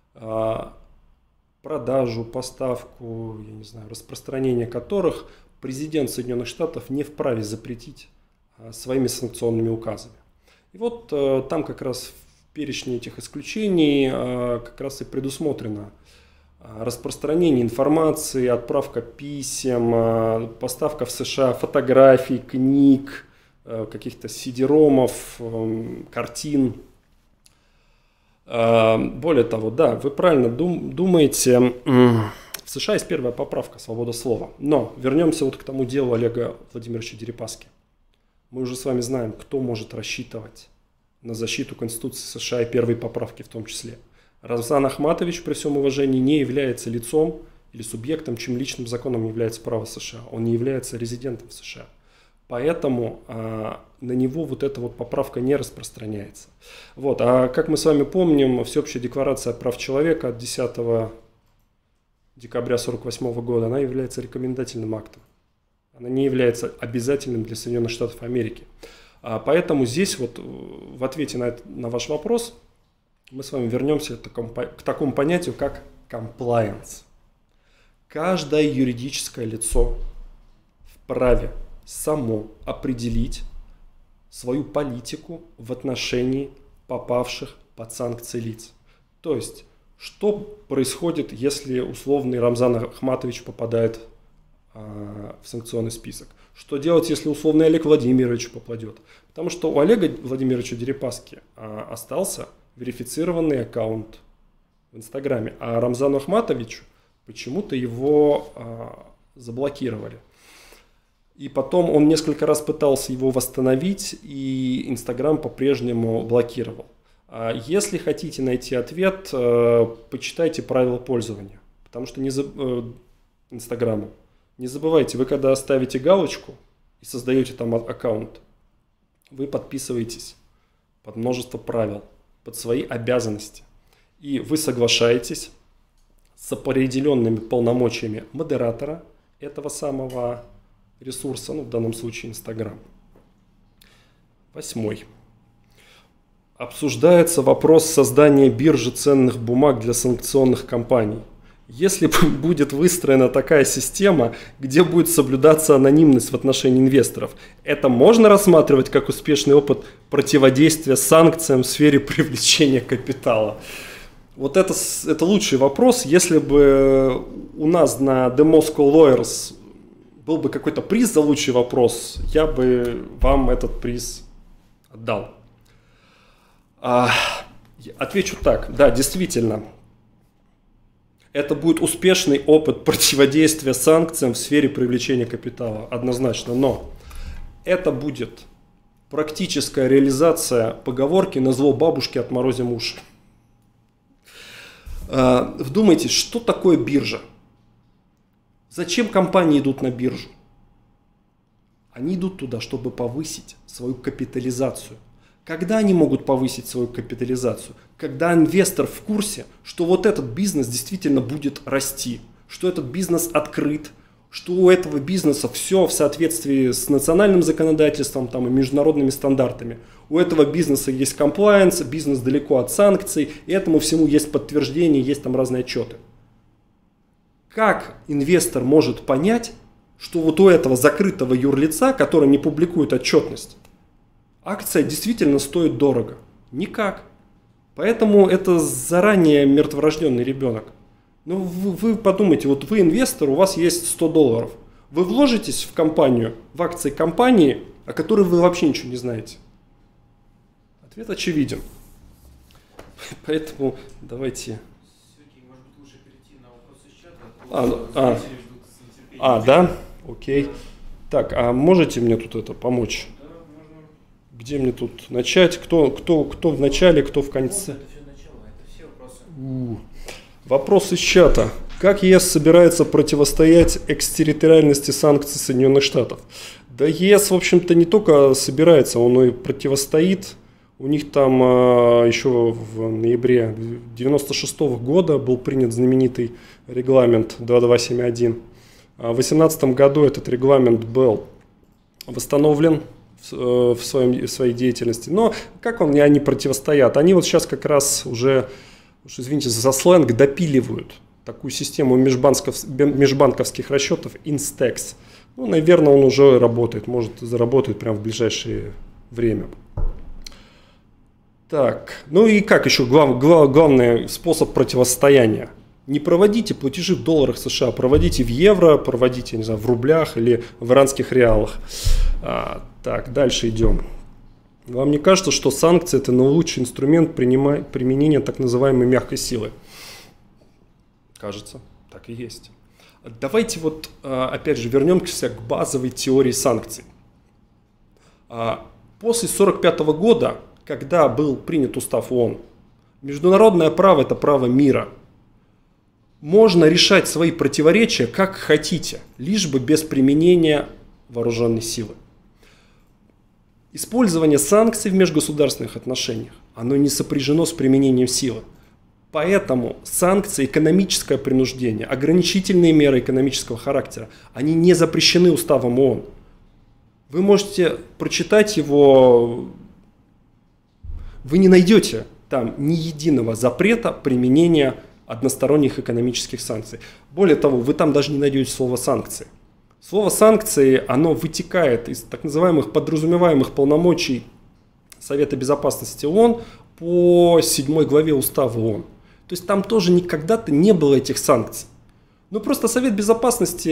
продажу, поставку, я не знаю, распространение которых президент Соединенных Штатов не вправе запретить своими санкционными указами. И вот там как раз в перечне этих исключений как раз и предусмотрено распространение информации, отправка писем, поставка в США фотографий, книг, каких-то CD-ромов, картин. Более того, да, вы правильно думаете, в США есть первая поправка «Свобода слова». Но вернемся вот к тому делу Олега Владимировича Дерипаски. Мы уже с вами знаем, кто может рассчитывать на защиту Конституции США и первой поправки в том числе. Рамзан Ахматович, при всем уважении, не является лицом или субъектом, чем личным законом является право США. Он не является резидентом в США. Поэтому на него вот эта вот поправка не распространяется. Вот. А как мы с вами помним, Всеобщая декларация прав человека от 10 декабря 1948 года, она является рекомендательным актом. Она не является обязательным для Соединенных Штатов Америки. Поэтому здесь вот в ответе на ваш вопрос мы с вами вернемся к такому понятию, как compliance. Каждое юридическое лицо вправе само определить свою политику в отношении попавших под санкции лиц. То есть, что происходит, если условный Рамзан Ахматович попадает в санкционный список? Что делать, если условный Олег Владимирович попадет? Потому что у Олега Владимировича Дерипаски остался верифицированный аккаунт в Инстаграме. А Рамзану Ахматовичу почему-то его заблокировали. И потом он несколько раз пытался его восстановить, и Инстаграм по-прежнему блокировал. Если хотите найти ответ, почитайте правила пользования. Потому что Инстаграму. Не забывайте, вы когда ставите галочку и создаете там аккаунт, вы подписываетесь под множество правил, под свои обязанности. И вы соглашаетесь с определенными полномочиями модератора этого самого ресурса, в данном случае Инстаграм. 8. Обсуждается вопрос создания биржи ценных бумаг для санкционных компаний. Если будет выстроена такая система, где будет соблюдаться анонимность в отношении инвесторов, это можно рассматривать как успешный опыт противодействия санкциям в сфере привлечения капитала? Вот это лучший вопрос. Если бы у нас на The Moscow Lawyers был бы какой-то приз за лучший вопрос, я бы вам этот приз отдал. Отвечу так. Да, действительно, это будет успешный опыт противодействия санкциям в сфере привлечения капитала, однозначно. Но это будет практическая реализация поговорки «на зло бабушки отморозим уши». Вдумайтесь, что такое биржа? Зачем компании идут на биржу? Они идут туда, чтобы повысить свою капитализацию. Когда они могут повысить свою капитализацию? Когда инвестор в курсе, что вот этот бизнес действительно будет расти, что этот бизнес открыт, что у этого бизнеса все в соответствии с национальным законодательством и международными стандартами. У этого бизнеса есть комплаенс, бизнес далеко от санкций, и этому всему есть подтверждение, есть там разные отчеты. Как инвестор может понять, что вот у этого закрытого юрлица, который не публикует отчетность, акция действительно стоит дорого? Никак. Поэтому это заранее мертворожденный ребенок. Ну, вы подумайте, вот вы инвестор, у вас есть $100. Вы вложитесь в компанию, в акции компании, о которой вы вообще ничего не знаете? Ответ очевиден. Поэтому давайте... Сергей, может быть, лучше перейти на вопросы из чата? Да? Окей. Так, а можете мне тут помочь? Да, можно. Где мне тут начать? Кто в начале, кто в конце? Это все начало, это все вопросы. Вопрос из чата. Как ЕС собирается противостоять экстерриториальности санкций Соединенных Штатов? Да ЕС, в общем-то, не только собирается, он и противостоит. У них там еще в ноябре 1996 года был принят знаменитый регламент 2271. В 2018 году этот регламент был восстановлен в своей деятельности. Но как они противостоят? Они вот сейчас как раз уже, уж извините за сленг, допиливают такую систему межбанковских расчетов Instex. Ну, наверное, он уже работает, может заработает прямо в ближайшее время. Так, ну и как еще главный способ противостояния? Не проводите платежи в долларах США, проводите в евро, проводите, не знаю, в рублях или в иранских реалах. Так, дальше идем. Вам не кажется, что санкции – это наилучший инструмент применения так называемой мягкой силы? Кажется, так и есть. Давайте вот опять же вернемся к базовой теории санкций. После 1945 года, когда был принят устав ООН, международное право – это право мира. Можно решать свои противоречия как хотите, лишь бы без применения вооруженной силы. Использование санкций в межгосударственных отношениях, оно не сопряжено с применением силы. Поэтому санкции, экономическое принуждение, ограничительные меры экономического характера, они не запрещены уставом ООН. Вы можете прочитать его, вы не найдете там ни единого запрета применения односторонних экономических санкций. Более того, вы там даже не найдете слово «санкции». Слово «санкции», оно вытекает из так называемых подразумеваемых полномочий Совета Безопасности ООН по 7 главе Устава ООН. То есть там тоже никогда-то не было этих санкций. Но просто Совет Безопасности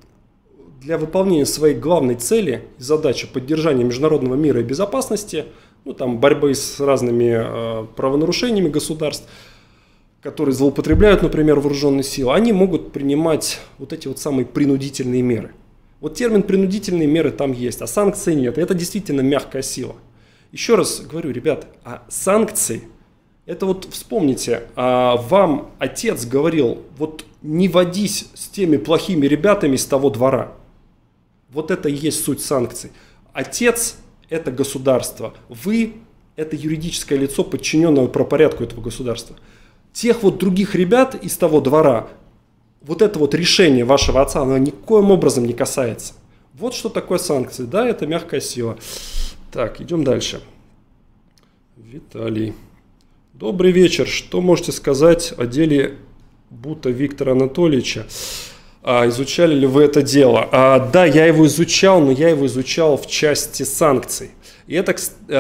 для выполнения своей главной цели и задачи поддержания международного мира и безопасности ну, там, борьбы с разными правонарушениями государств, которые злоупотребляют, например, вооруженные силы, они могут принимать вот эти вот самые принудительные меры. Вот термин «принудительные меры» там есть, а санкций нет. Это действительно мягкая сила. Еще раз говорю, ребят, а санкции, это вот вспомните, вам отец говорил, вот не водись с теми плохими ребятами с того двора. Вот это и есть суть санкций. Отец – это государство, вы – это юридическое лицо, подчиненное правопорядку этого государства. Тех вот других ребят из того двора, вот это вот решение вашего отца, оно никоим образом не касается. Вот что такое санкции. Да, это мягкая сила. Так, идем дальше. Виталий. Добрый вечер. Что можете сказать о деле Бута Виктора Анатольевича? Изучали ли вы это дело? Да, я его изучал, но я его изучал в части санкций. И это,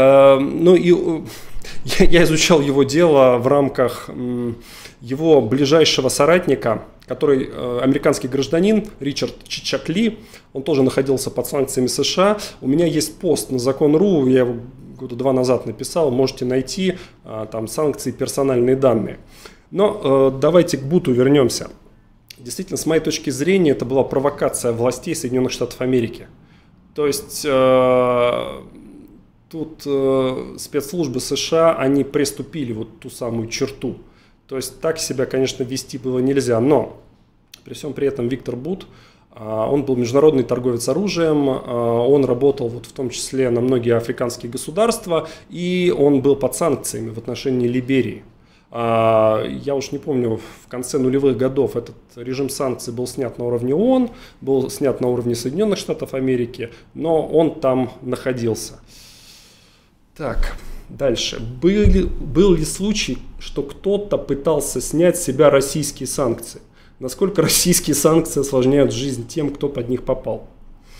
я изучал его дело в рамках его ближайшего соратника, который американский гражданин Ричард Чичакли, он тоже находился под санкциями США. У меня есть пост на Закон.ру, я его года 2 назад написал, можете найти там санкции, персональные данные. Но давайте к Буту вернемся. Действительно, с моей точки зрения, это была провокация властей Соединенных Штатов Америки. То есть тут спецслужбы США, они приступили вот ту самую черту. То есть так себя, конечно, вести было нельзя. Но при всем при этом Виктор Бут, он был международный торговец оружием, он работал вот в том числе на многие африканские государства, и он был под санкциями в отношении Либерии. Я уж не помню, в конце нулевых годов этот режим санкций был снят на уровне ООН, был снят на уровне Соединенных Штатов Америки, но он там находился. Так, дальше. Был ли случай, что кто-то пытался снять с себя российские санкции? Насколько российские санкции осложняют жизнь тем, кто под них попал?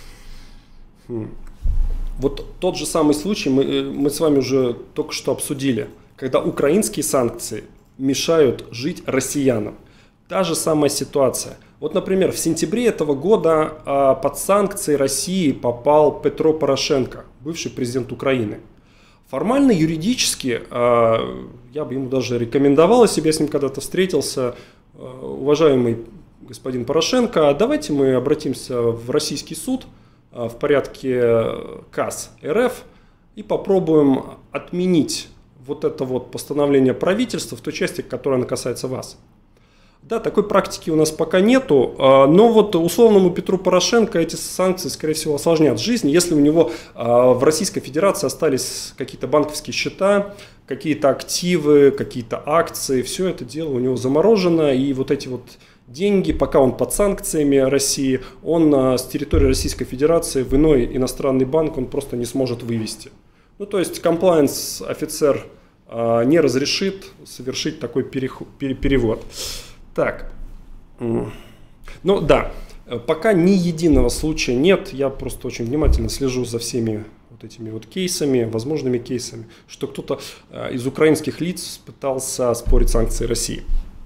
Вот тот же самый случай мы с вами уже только что обсудили, когда украинские санкции мешают жить россиянам. Та же самая ситуация. Вот, например, в сентябре этого года под санкции России попал Петро Порошенко, бывший президент Украины. Формально, юридически, я бы ему даже рекомендовал, если бы я с ним когда-то встретился, уважаемый господин Порошенко, давайте мы обратимся в российский суд в порядке КАС РФ и попробуем отменить вот это вот постановление правительства в той части, которая касается вас. Да, такой практики у нас пока нету, но вот условному Петру Порошенко эти санкции, скорее всего, осложнят жизнь, если у него в Российской Федерации остались какие-то банковские счета, какие-то активы, какие-то акции, все это дело у него заморожено, и вот эти вот деньги, пока он под санкциями России, он с территории Российской Федерации в иной иностранный банк он просто не сможет вывести. Ну, то есть compliance офицер не разрешит совершить такой перевод. Так, ну да, пока ни единого случая нет, я просто очень внимательно слежу за всеми вот этими вот кейсами, возможными кейсами, что кто-то из украинских лиц пытался оспорить санкции России.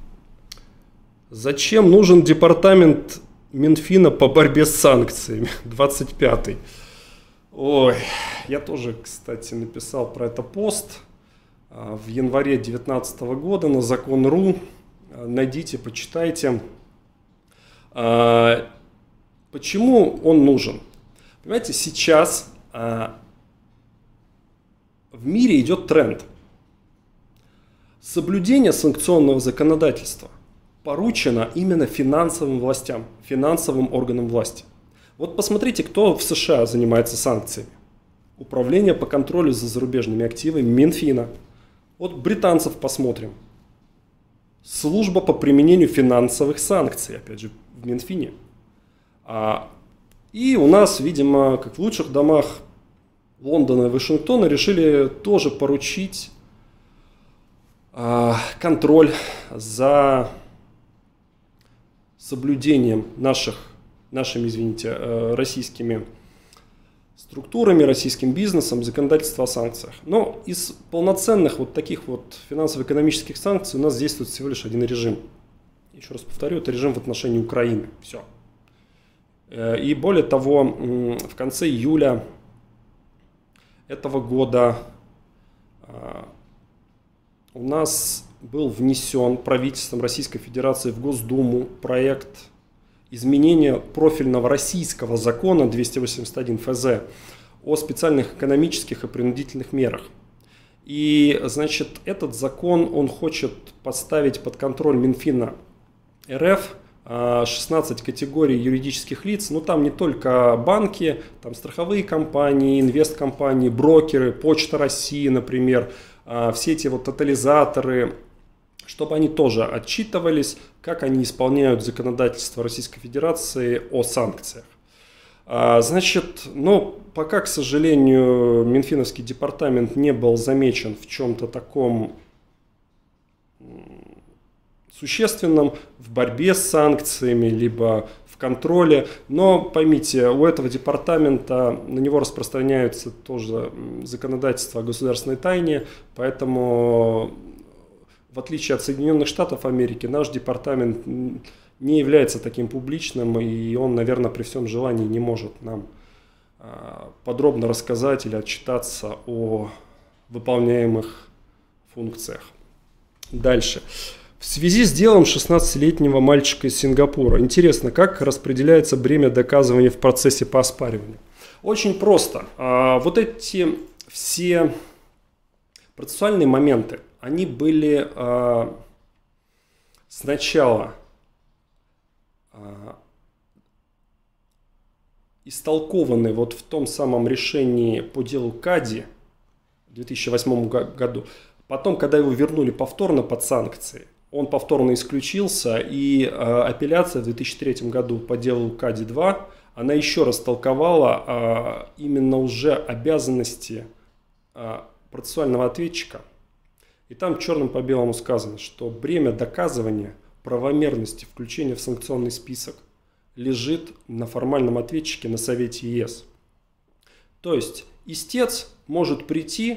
Зачем нужен департамент Минфина по борьбе с санкциями? 25-й. Ой, я тоже, кстати, написал про это пост в январе 2019 года на Закон.ру. Найдите, почитайте. Почему он нужен? Понимаете, сейчас в мире идет тренд. Соблюдение санкционного законодательства поручено именно финансовым властям, финансовым органам власти. Вот посмотрите, кто в США занимается санкциями. Управление по контролю за зарубежными активами Минфина. Вот британцев посмотрим. Служба по применению финансовых санкций, опять же, в Минфине. И у нас, видимо, как в лучших домах Лондона и Вашингтона, решили тоже поручить контроль за соблюдением нашими, извините, российскими структурами, российским бизнесом, законодательства о санкциях. Но из полноценных вот таких вот финансово-экономических санкций у нас действует всего лишь один режим. Еще раз повторю, это режим в отношении Украины. Все. И более того, в конце июля этого года у нас был внесен правительством Российской Федерации в Госдуму проект изменения профильного российского закона 281 ФЗ о специальных экономических и принудительных мерах. И, значит, этот закон, он хочет поставить под контроль Минфина РФ 16 категорий юридических лиц, но там не только банки, там страховые компании, инвесткомпании, брокеры, Почта России, например, все эти вот тотализаторы, чтобы они тоже отчитывались, как они исполняют законодательство Российской Федерации о санкциях. Значит, но пока, к сожалению, Минфиновский департамент не был замечен в чем-то таком существенном, в борьбе с санкциями, либо в контроле. Но поймите, у этого департамента, на него распространяется тоже законодательство о государственной тайне, поэтому, в отличие от Соединенных Штатов Америки, наш департамент не является таким публичным, и он, наверное, при всем желании не может нам подробно рассказать или отчитаться о выполняемых функциях. Дальше. В связи с делом 16-летнего мальчика из Сингапура, интересно, как распределяется бремя доказывания в процессе по оспариванию? Очень просто. Вот эти все процессуальные моменты, они были сначала истолкованы вот в том самом решении по делу Кади в 2008 году. Потом, когда его вернули повторно под санкции, он повторно исключился, и апелляция в 2003 году по делу Кади-2, она еще раз толковала именно уже обязанности процессуального ответчика. И там черным по белому сказано, что бремя доказывания правомерности включения в санкционный список лежит на формальном ответчике на Совете ЕС. То есть истец может прийти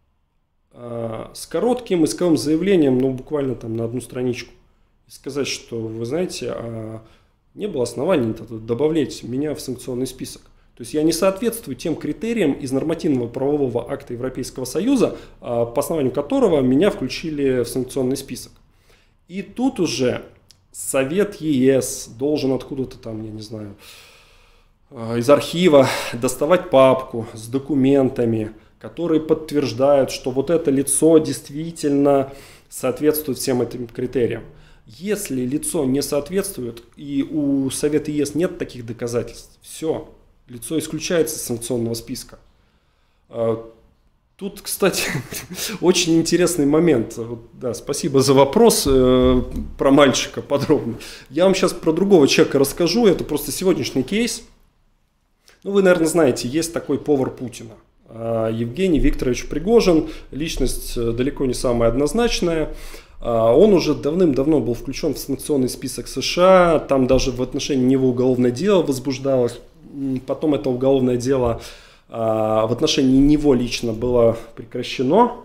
с коротким исковым заявлением, ну буквально там на одну страничку, и сказать, что вы знаете, не было оснований добавлять меня в санкционный список. То есть я не соответствую тем критериям из нормативного правового акта Европейского Союза, по основанию которого меня включили в санкционный список. И тут уже Совет ЕС должен откуда-то там, я не знаю, из архива доставать папку с документами, которые подтверждают, что вот это лицо действительно соответствует всем этим критериям. Если лицо не соответствует и у Совета ЕС нет таких доказательств, все, лицо исключается из санкционного списка. Тут, кстати, очень интересный момент. Да, спасибо за вопрос про мальчика подробно. Я вам сейчас про другого человека расскажу. Это просто сегодняшний кейс. Ну, вы, наверное, знаете, есть такой повар Путина. Евгений Викторович Пригожин. Личность далеко не самая однозначная. Он уже давным-давно был включен в санкционный список США. Там даже в отношении него уголовное дело возбуждалось. Потом это уголовное дело в отношении него лично было прекращено.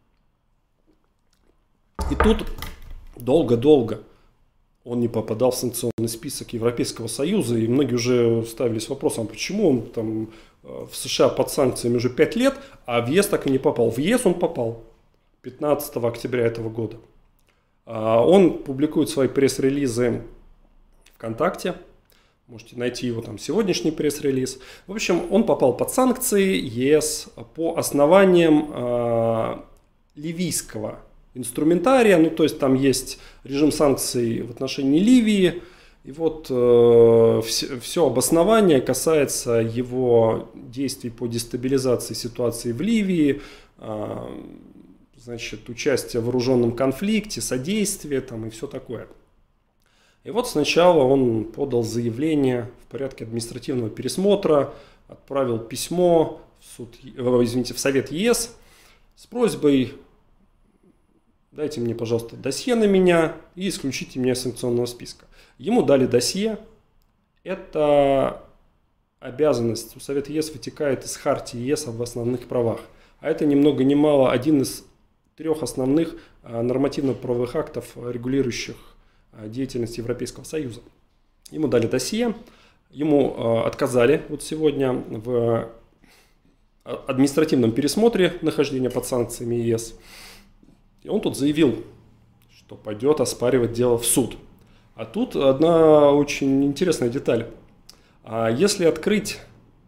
И тут долго-долго он не попадал в санкционный список Европейского Союза. И многие уже ставились вопросом, почему он там в США под санкциями уже 5 лет, а в ЕС так и не попал. В ЕС он попал 15 октября этого года. Он публикует свои пресс-релизы ВКонтакте. Можете найти его там сегодняшний пресс-релиз. В общем, он попал под санкции ЕС по основаниям ливийского инструментария. Ну, то есть там есть режим санкций в отношении Ливии. И вот все обоснование касается его действий по дестабилизации ситуации в Ливии, значит, участия в вооруженном конфликте, содействие там и все такое. И вот сначала он подал заявление в порядке административного пересмотра, отправил письмо в Совет ЕС с просьбой: дайте мне, пожалуйста, досье на меня и исключите меня из санкционного списка. Ему дали досье. Это обязанность у Совета ЕС вытекает из Хартии ЕС об основных правах. А это ни много ни мало один из 3 основных нормативно-правовых актов, регулирующих деятельность Европейского Союза. Ему дали досье, ему отказали вот сегодня в административном пересмотре нахождения под санкциями ЕС. И он тут заявил, что пойдет оспаривать дело в суд. А тут одна очень интересная деталь. Если открыть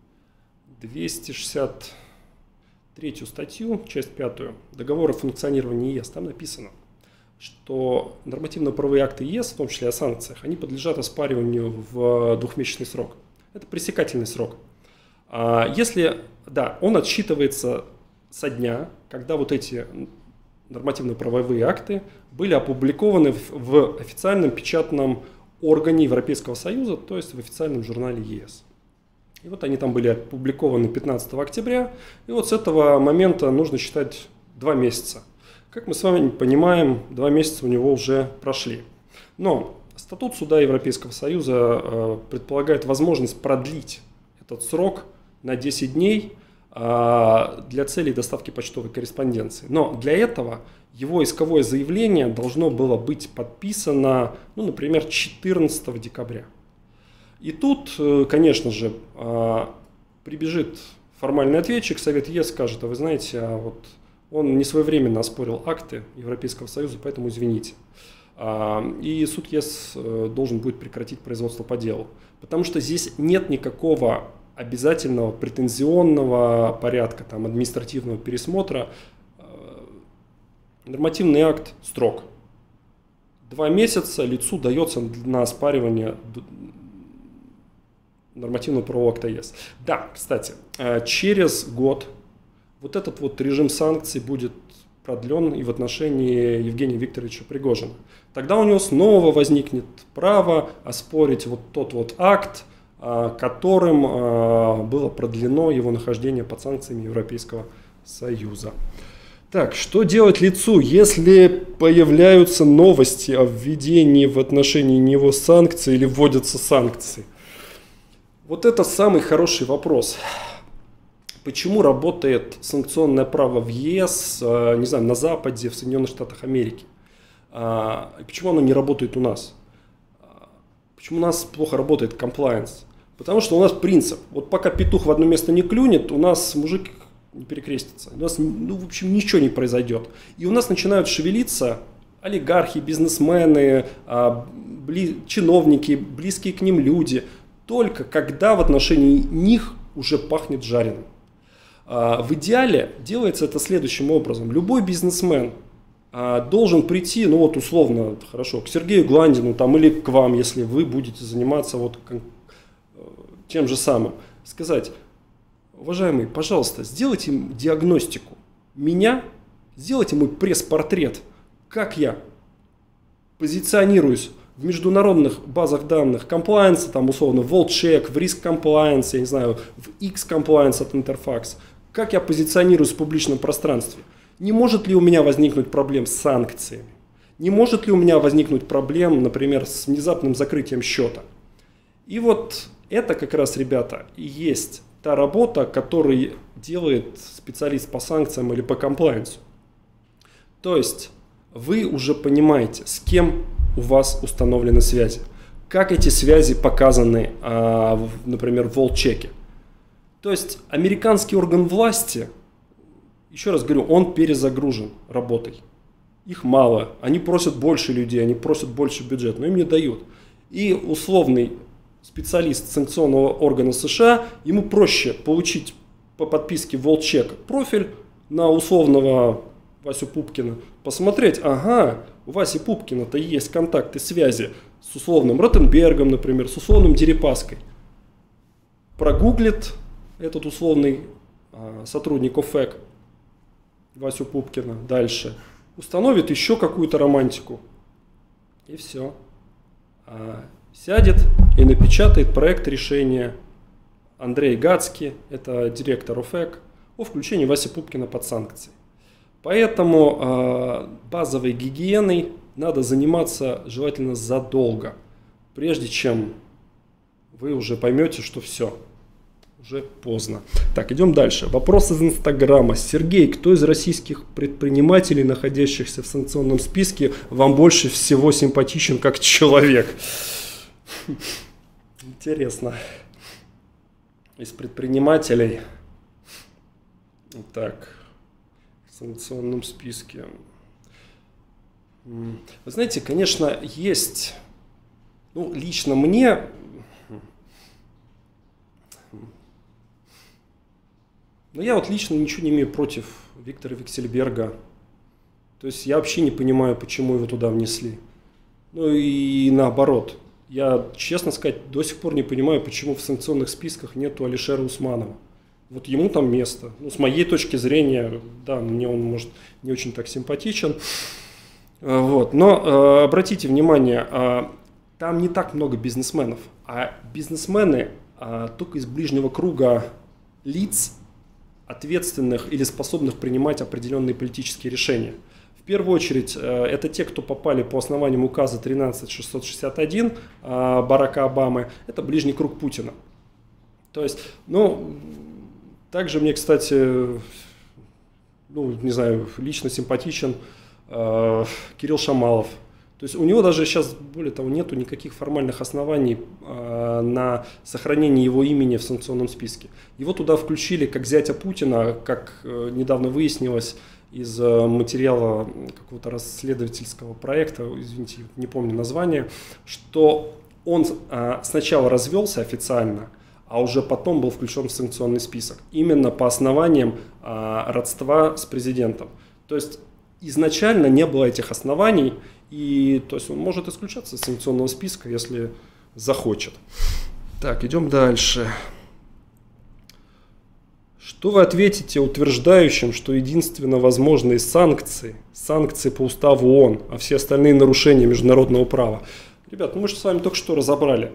263 статью, часть 5 договора о функционировании ЕС, там написано, что нормативно-правовые акты ЕС, в том числе о санкциях, они подлежат оспариванию в двухмесячный срок. Это пресекательный срок. Если, да, он отсчитывается со дня, когда вот эти нормативно-правовые акты были опубликованы в официальном печатном органе Европейского Союза, то есть в официальном журнале ЕС. И вот они там были опубликованы 15 октября, и вот с этого момента нужно считать 2 месяца. Как мы с вами понимаем, 2 месяца у него уже прошли. Но статут Суда Европейского Союза предполагает возможность продлить этот срок на 10 дней для целей доставки почтовой корреспонденции. Но для этого его исковое заявление должно было быть подписано, ну, например, 14 декабря. И тут, конечно же, прибежит формальный ответчик, Совет ЕС скажет, а вы знаете, вот он не своевременно оспорил акты Европейского Союза, поэтому извините. И суд ЕС должен будет прекратить производство по делу. Потому что здесь нет никакого обязательного претензионного порядка, там, административного пересмотра. Нормативный акт строг. 2 месяца лицу дается на оспаривание нормативного правового акта ЕС. Да, кстати, через год вот этот вот режим санкций будет продлен и в отношении Евгения Викторовича Пригожина. Тогда у него снова возникнет право оспорить вот тот вот акт, которым было продлено его нахождение под санкциями Европейского Союза. Так, что делать лицу, если появляются новости о введении в отношении него санкций или вводятся санкции? Вот это самый хороший вопрос. Почему работает санкционное право в ЕС, не знаю, на Западе, в Соединенных Штатах Америки? Почему оно не работает у нас? Почему у нас плохо работает комплаенс? Потому что у нас принцип, вот пока петух в одно место не клюнет, у нас мужик не перекрестится. У нас, в общем, ничего не произойдет. И у нас начинают шевелиться олигархи, бизнесмены, чиновники, близкие к ним люди, только когда в отношении них уже пахнет жареным. В идеале делается это следующим образом. Любой бизнесмен должен прийти, ну вот условно, хорошо, к Сергею Гландину там, или к вам, если вы будете заниматься вот тем же самым, сказать: уважаемый, пожалуйста, сделайте диагностику меня, сделайте мой пресс-портрет, как я позиционируюсь в международных базах данных комплайенса, там условно в WorldCheck, в Risk Compliance, я не знаю, в X-Compliance от Interfax, как я позиционируюсь в публичном пространстве. Не может ли у меня возникнуть проблем с санкциями? Не может ли у меня возникнуть проблем, например, с внезапным закрытием счета? И вот это как раз, ребята, и есть та работа, которую делает специалист по санкциям или по комплайенсу. То есть вы уже понимаете, с кем у вас установлены связи, как эти связи показаны, например, в WorldCheck. То есть американский орган власти, еще раз говорю, он перезагружен работой. Их мало, они просят больше людей, они просят больше бюджет, но им не дают. И условный специалист санкционного органа США, ему проще получить по подписке WorldCheck профиль на условного Васю Пупкина, посмотреть, ага, у Васи Пупкина-то есть контакты, связи с условным Ротенбергом, например, с условным Дерипаской. Прогуглит этот условный сотрудник ОФЭК Васю Пупкина дальше, установит еще какую-то романтику, и все. Сядет и напечатает проект решения Андрей Гацки, это директор ОФЭК, о включении Васи Пупкина под санкции. Поэтому базовой гигиеной надо заниматься желательно задолго, прежде чем вы уже поймете, что все, уже поздно. Так, идем дальше. Вопрос из Инстаграма. Сергей, кто из российских предпринимателей, находящихся в санкционном списке, вам больше всего симпатичен как человек? Интересно. Из предпринимателей... Так, в санкционном списке. Вы знаете, конечно, есть, ну, лично мне, но я вот лично ничего не имею против Виктора Виксельберга. То есть я вообще не понимаю, почему его туда внесли. Ну и наоборот. Я, честно сказать, до сих пор не понимаю, почему в санкционных списках нету Алишера Усманова. Вот ему там место. Ну, с моей точки зрения, да, мне он, может, не очень так симпатичен. Вот. Но обратите внимание, там не так много бизнесменов. А бизнесмены только из ближнего круга лиц, ответственных или способных принимать определенные политические решения. В первую очередь, это те, кто попали по основаниям указа 13661 Барака Обамы. Это ближний круг Путина. То есть, ну, также мне, кстати, ну, не знаю, лично симпатичен Кирилл Шамалов. То есть у него даже сейчас, более того, нету никаких формальных оснований на сохранение его имени в санкционном списке. Его туда включили как зятя Путина, как недавно выяснилось из материала какого-то расследовательского проекта, извините, не помню название, что он сначала развелся официально, а уже потом был включен в санкционный список. Именно по основаниям родства с президентом. То есть изначально не было этих оснований, и то есть он может исключаться из санкционного списка, если захочет. Так, идем дальше. Что вы ответите утверждающим, что единственно возможные санкции по уставу ООН, а все остальные нарушения международного права? Ребят, ну мы же с вами только что разобрали.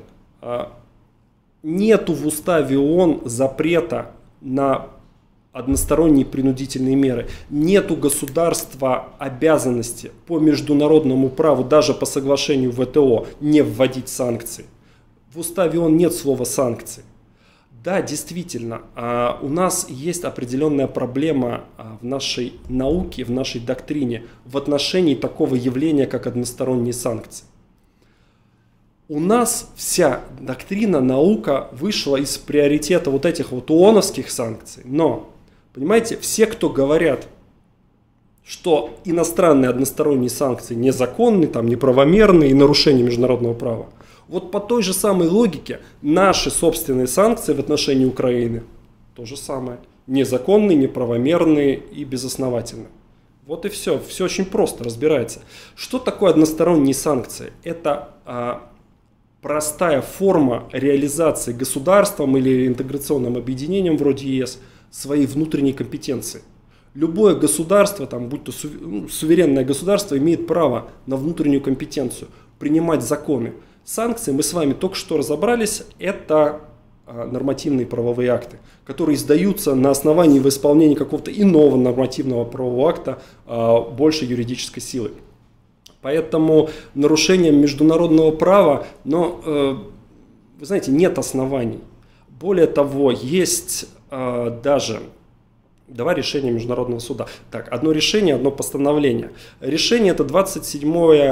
Нету в уставе ООН запрета на односторонние принудительные меры. Нету государства обязанности по международному праву, даже по соглашению ВТО, не вводить санкции. В уставе ООН нет слова санкции. Да, действительно, у нас есть определенная проблема в нашей науке, в нашей доктрине в отношении такого явления, как односторонние санкции. У нас вся доктрина, наука вышла из приоритета вот этих вот ООНовских санкций. Но, понимаете, все, кто говорят, что иностранные односторонние санкции незаконны, там, неправомерны и нарушение международного права, вот по той же самой логике наши собственные санкции в отношении Украины то же самое. Незаконные, неправомерные и безосновательные. Вот и все. Все очень просто разбирается. Что такое односторонние санкции? Это простая форма реализации государством или интеграционным объединением вроде ЕС своей внутренней компетенции. Любое государство, там, будь то суверенное государство, имеет право на внутреннюю компетенцию, принимать законы. Санкции, мы с вами только что разобрались, это нормативные правовые акты, которые издаются на основании в исполнении какого-то иного нормативного правового акта большей юридической силы. Поэтому нарушением международного права, но, вы знаете, нет оснований. Более того, есть даже два решения Международного суда. Так, одно решение, одно постановление. Решение это 27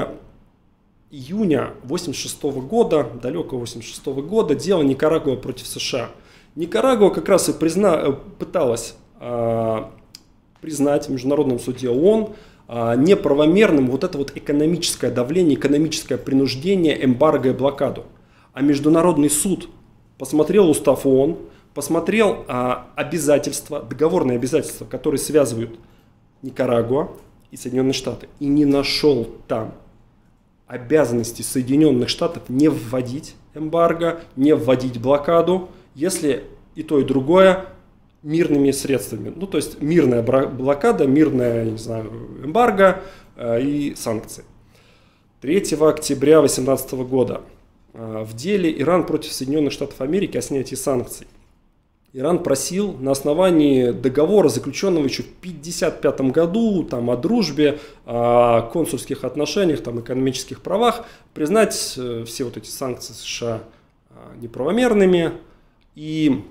июня 1986 года, далекого 1986 года, дело Никарагуа против США. Никарагуа как раз и пыталась признать в Международном суде ООН неправомерным вот это вот экономическое давление, экономическое принуждение, эмбарго и блокаду. А Международный суд посмотрел устав ООН, посмотрел обязательства, договорные обязательства, которые связывают Никарагуа и Соединенные Штаты, и не нашел там обязанности Соединенных Штатов не вводить эмбарго, не вводить блокаду, если и то, и другое мирными средствами. Ну, то есть мирная блокада, мирная, не знаю, эмбарго и санкции. 3 октября 2018 года в деле Иран против Соединенных Штатов Америки о снятии санкций. Иран просил на основании договора, заключенного еще в 1955 году, там, о дружбе, о консульских отношениях, там, экономических правах, признать все вот эти санкции США неправомерными и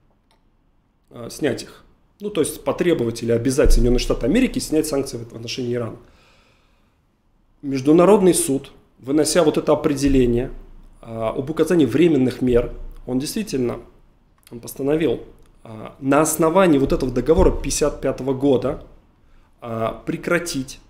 снять их. Ну, то есть потребовать или обязать Соединенные Штаты Америки снять санкции в отношении Ирана. Международный суд, вынося вот это определение об указании временных мер, он действительно постановил на основании вот этого договора 1955 года прекратить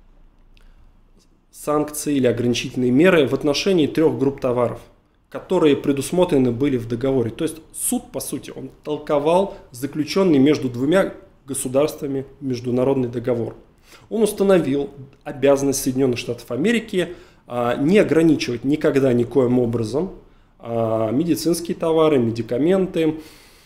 санкции или ограничительные меры в отношении 3 групп товаров, которые предусмотрены были в договоре. То есть суд, по сути, он толковал заключенный между 2 государствами международный договор. Он установил обязанность Соединенных Штатов Америки не ограничивать никогда никоим образом медицинские товары, медикаменты,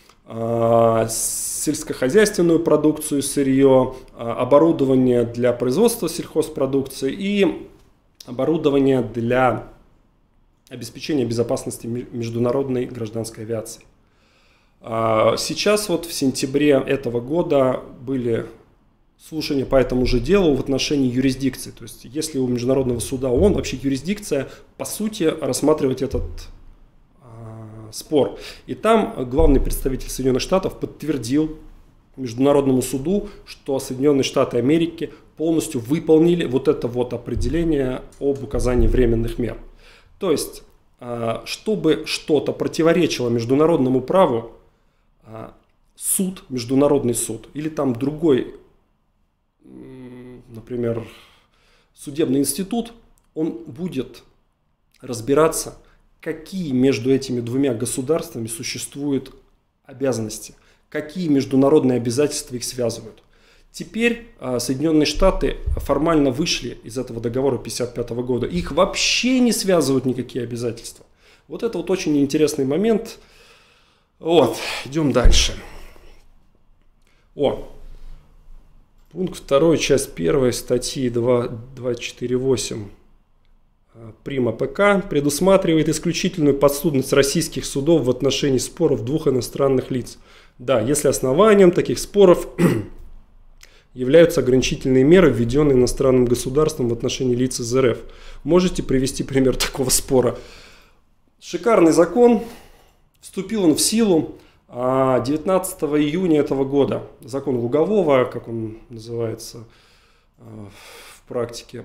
сельскохозяйственную продукцию, сырье, оборудование для производства сельхозпродукции и оборудование для обеспечения безопасности международной гражданской авиации. Сейчас вот в сентябре этого года были слушания по этому же делу в отношении юрисдикции. То есть если у Международного суда ООН вообще юрисдикция, по сути, рассматривать этот спор. И там главный представитель Соединенных Штатов подтвердил Международному суду, что Соединенные Штаты Америки полностью выполнили вот это вот определение об указании временных мер. То есть, чтобы что-то противоречило международному праву, суд, международный суд или там другой, например, судебный институт, он будет разбираться, какие между этими 2 государствами существуют обязанности, какие международные обязательства их связывают. Теперь Соединенные Штаты формально вышли из этого договора 1955 года. Их вообще не связывают никакие обязательства. Вот это вот очень интересный момент. Вот, идем дальше. Пункт 2, часть 1 статьи 248 Прима ПК предусматривает исключительную подсудность российских судов в отношении споров 2 иностранных лиц. Да, если основанием таких споров являются ограничительные меры, введенные иностранным государством в отношении лиц из РФ. Можете привести пример такого спора? Шикарный закон, вступил он в силу 19 июня этого года. Закон Лугового, как он называется в практике,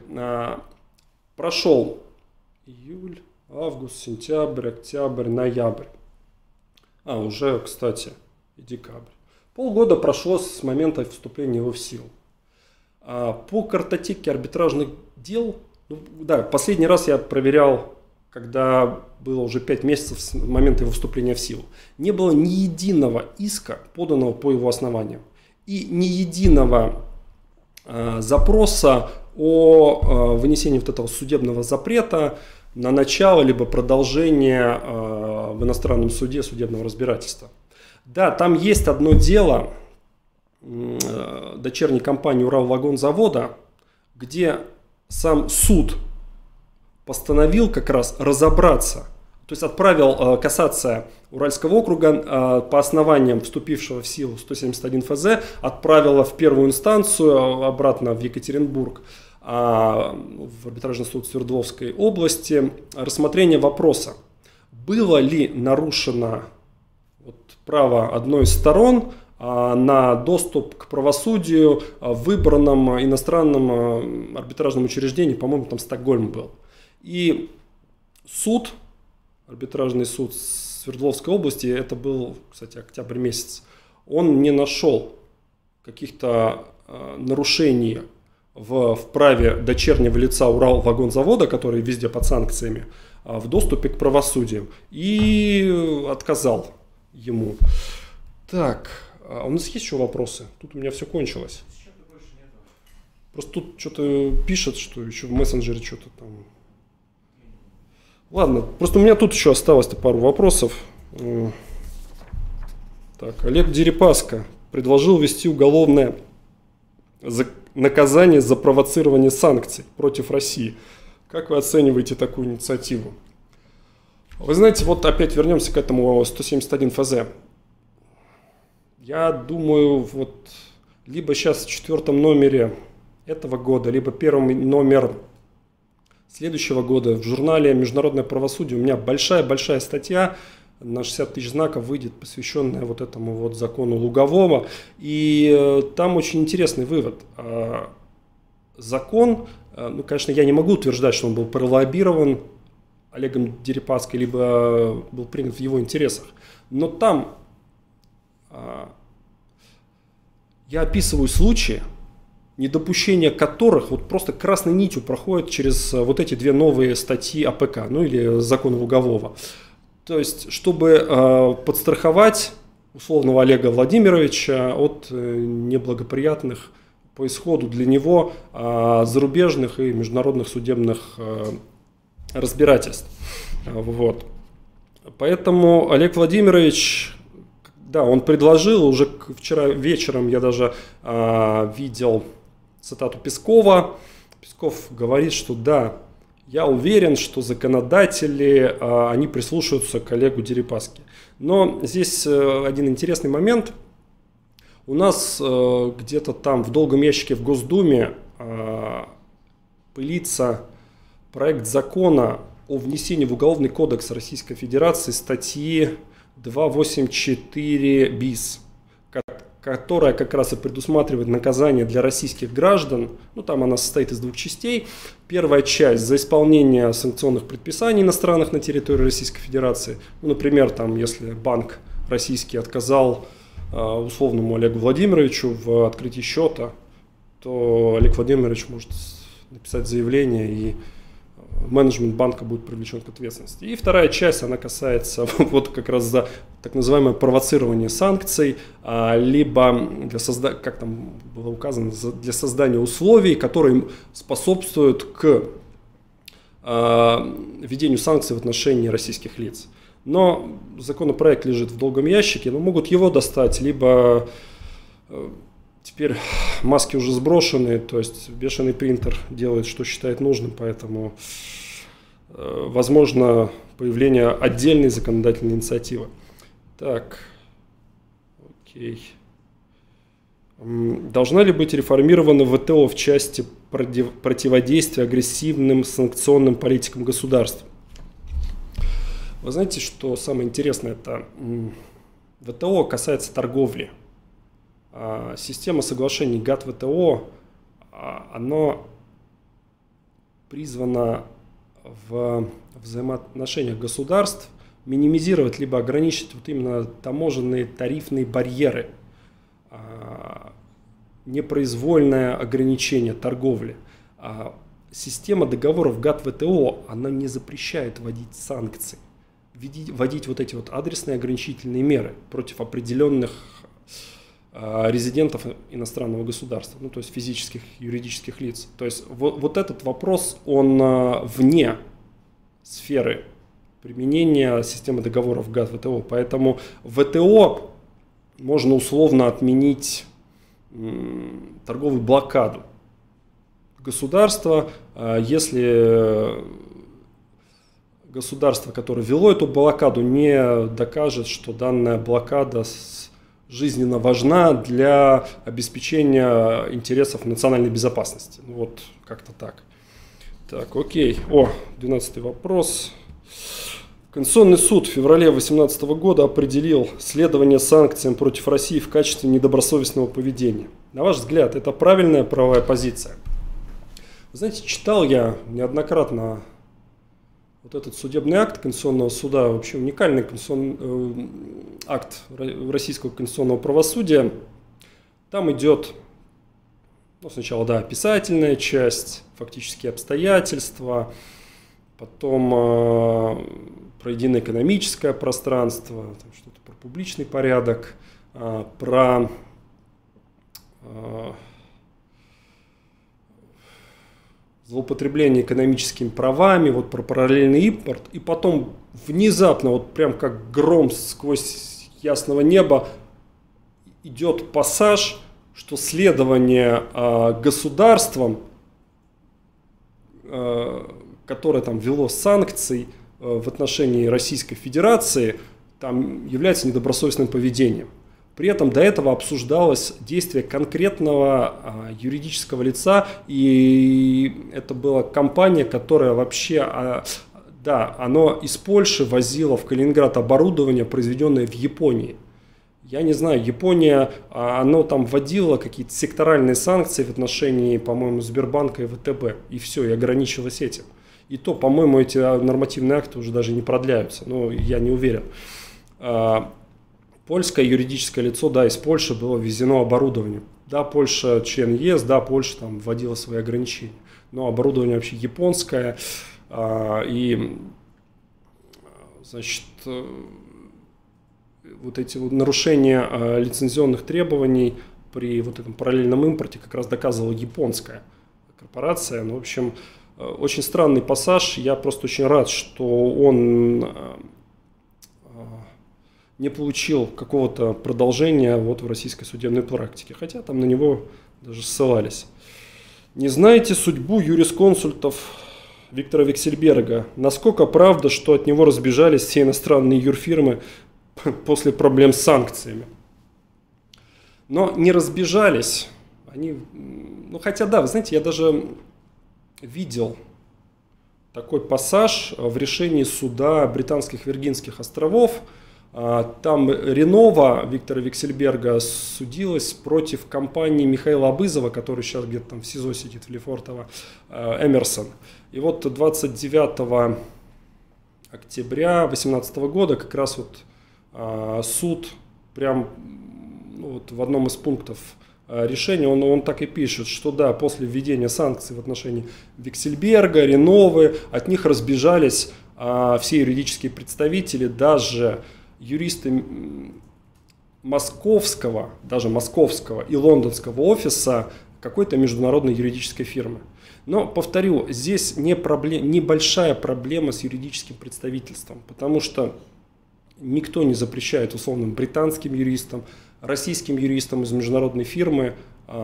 прошел июль, август, сентябрь, октябрь, ноябрь. Уже, кстати, и декабрь. Полгода прошло с момента вступления его в силу. По картотеке арбитражных дел, последний раз я проверял, когда было уже 5 месяцев с момента его вступления в силу. Не было ни единого иска, поданного по его основаниям, и ни единого запроса о вынесении вот этого судебного запрета на начало либо продолжение в иностранном суде судебного разбирательства. Да, там есть одно дело дочерней компании Уралвагонзавода, где сам суд постановил как раз разобраться, то есть отправил кассация Уральского округа по основаниям вступившего в силу 171 ФЗ, отправила в первую инстанцию обратно в Екатеринбург, в арбитражный суд Свердловской области, рассмотрение вопроса, было ли нарушено право одной из сторон на доступ к правосудию в выбранном иностранном арбитражном учреждении, по-моему, там Стокгольм был. И суд, арбитражный суд Свердловской области, это был, кстати, октябрь месяц, он не нашел каких-то нарушений в праве дочернего лица Уралвагонзавода, который везде под санкциями, в доступе к правосудию, и отказал ему. Так, у нас есть еще вопросы? Тут у меня все кончилось. Просто тут что-то пишет, что еще в мессенджере что-то там. Ладно, просто у меня тут еще осталось пару вопросов. Так, Олег Дерипаска предложил ввести уголовное наказание за провоцирование санкций против России. Как вы оцениваете такую инициативу? Вы знаете, вот опять вернемся к этому 171 ФЗ. Я думаю, вот либо сейчас в 4 номере этого года, либо 1 номер следующего года в журнале «Международное правосудие» у меня большая статья на 60 тысяч знаков выйдет, посвященная вот этому вот закону Лугового. И там очень интересный вывод. Закон, конечно, я не могу утверждать, что он был пролоббирован Олегом Дерипаской, либо был принят в его интересах. Но там Я описываю случаи, недопущение которых вот просто красной нитью проходит через вот эти две новые статьи АПК, ну или закона Лугового. То есть, чтобы подстраховать условного Олега Владимировича от неблагоприятных по исходу для него зарубежных и международных судебных разбирательств. Вот. Поэтому Олег Владимирович, да, он предложил, уже вчера вечером я даже видел цитату Пескова. Песков говорит, что да, я уверен, что законодатели, они прислушаются к Олегу Дерипаске. Но здесь один интересный момент. У нас где-то там в долгом ящике в Госдуме пылится проект закона о внесении в Уголовный кодекс Российской Федерации статьи 284 БИС, которая как раз и предусматривает наказание для российских граждан. Ну, там она состоит из двух частей. Первая часть за исполнение санкционных предписаний иностранных на территории Российской Федерации. Ну, например, там, если банк российский отказал условному Олегу Владимировичу в открытии счета, то Олег Владимирович может написать заявление, и менеджмент банка будет привлечен к ответственности. И вторая часть, она касается вот как раз за так называемое провоцирование санкций, либо для создания, как там было указано, для создания условий, которые способствуют к введению санкций в отношении российских лиц. Но законопроект лежит в долгом ящике, но могут его достать, либо теперь маски уже сброшены, то есть бешеный принтер делает, что считает нужным, поэтому возможно появление отдельной законодательной инициативы. Так, окей. Должна ли быть реформирована ВТО в части противодействия агрессивным санкционным политикам государств? Вы знаете, что самое интересное, это ВТО касается торговли. Система соглашений ГАТТ-ВТО, оно призвано в взаимоотношениях государств минимизировать либо ограничить вот именно таможенные тарифные барьеры, непроизвольное ограничение торговли. Система договоров ГАТТ-ВТО, она не запрещает вводить санкции, вводить вот эти вот адресные ограничительные меры против определенных резидентов иностранного государства, ну то есть физических, юридических лиц. То есть вот этот вопрос, он вне сферы применения системы договоров ГАТТ-ВТО. Поэтому в ВТО можно условно отменить торговую блокаду государства, если государство, которое ввело эту блокаду, не докажет, что данная блокада жизненно важна для обеспечения интересов национальной безопасности. Ну, вот как-то так. Так, окей. 12-й вопрос. Конституционный суд в феврале 2018 года определил следование санкциям против России в качестве недобросовестного поведения. На ваш взгляд, это правильная правовая позиция? Вы знаете, читал я неоднократно вот этот судебный акт Конституционного суда, вообще уникальный акт российского конституционного правосудия. Там идет сначала описательная часть, фактические обстоятельства, потом про единоэкономическое пространство, что-то про публичный порядок, про злоупотребление экономическими правами, вот про параллельный импорт, и потом внезапно, вот прям как гром сквозь ясного неба, идет пассаж, что следование государством, которое там ввело санкции в отношении Российской Федерации, там является недобросовестным поведением. При этом до этого обсуждалось действие конкретного юридического лица, и это была компания, которая вообще, оно из Польши возило в Калининград оборудование, произведенное в Японии. Я не знаю, Япония, оно там вводило какие-то секторальные санкции в отношении, по-моему, Сбербанка и ВТБ, и все, и ограничилось этим. И то, по-моему, эти нормативные акты уже даже не продляются, но я не уверен. Польское юридическое лицо, да, из Польши было ввезено оборудование. Да, Польша член ЕС, да, Польша там вводила свои ограничения. Но оборудование вообще японское. И, значит, вот эти вот нарушения лицензионных требований при вот этом параллельном импорте как раз доказывала японская корпорация. Ну, в общем, очень странный пассаж. Я просто очень рад, что он не получил какого-то продолжения вот в российской судебной практике, хотя там на него даже ссылались. Не знаете судьбу юрисконсультов Виктора Вексельберга? Насколько правда, что от него разбежались все иностранные юрфирмы после проблем с санкциями? Но не разбежались. Они, ну хотя да, вы знаете, я даже видел такой пассаж в решении суда Британских Виргинских островов. Там Ренова Виктора Вексельберга судилась против компании Михаила Абызова, который сейчас где-то там в СИЗО сидит, в Лефортово, Эмерсон. И вот 29 октября 2018 года как раз вот суд прям ну, вот в одном из пунктов решения он так и пишет, что да, после введения санкций в отношении Вексельберга, Реновы, от них разбежались все юридические представители, даже юристы московского, даже московского и лондонского офиса какой-то международной юридической фирмы. Но, повторю, здесь небольшая проблема с юридическим представительством, потому что никто не запрещает условным британским юристам, российским юристам из международной фирмы,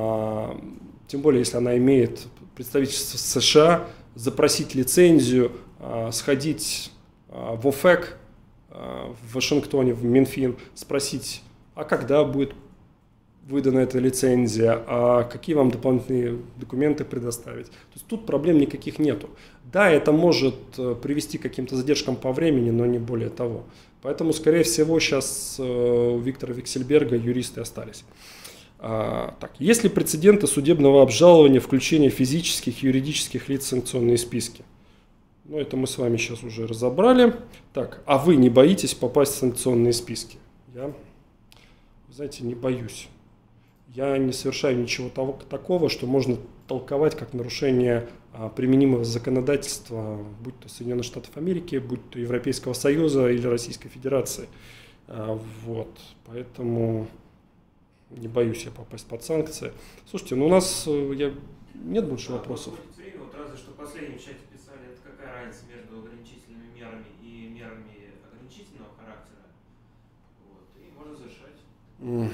тем более, если она имеет представительство в США, запросить лицензию, сходить в ОФЭК, в Вашингтоне, в Минфин, спросить, а когда будет выдана эта лицензия, а какие вам дополнительные документы предоставить. То есть тут проблем никаких нету. Да, это может привести к каким-то задержкам по времени, но не более того. Поэтому, скорее всего, сейчас у Виктора Вексельберга юристы остались. Так, есть ли прецеденты судебного обжалования, включения физических и юридических лиц в санкционные списки? Ну, это мы с вами сейчас уже разобрали. Так, а вы не боитесь попасть в санкционные списки? Я, вы знаете, не боюсь. Я не совершаю ничего такого, что можно толковать как нарушение применимого законодательства, будь то Соединенных Штатов Америки, будь то Европейского Союза или Российской Федерации. Вот, поэтому не боюсь я попасть под санкции. Слушайте, ну у нас нет больше вопросов. Вот разве что в последнем чате писали, это какая разница между ограничительными мерами и мерами ограничительного характера. Вот, и можно завершать.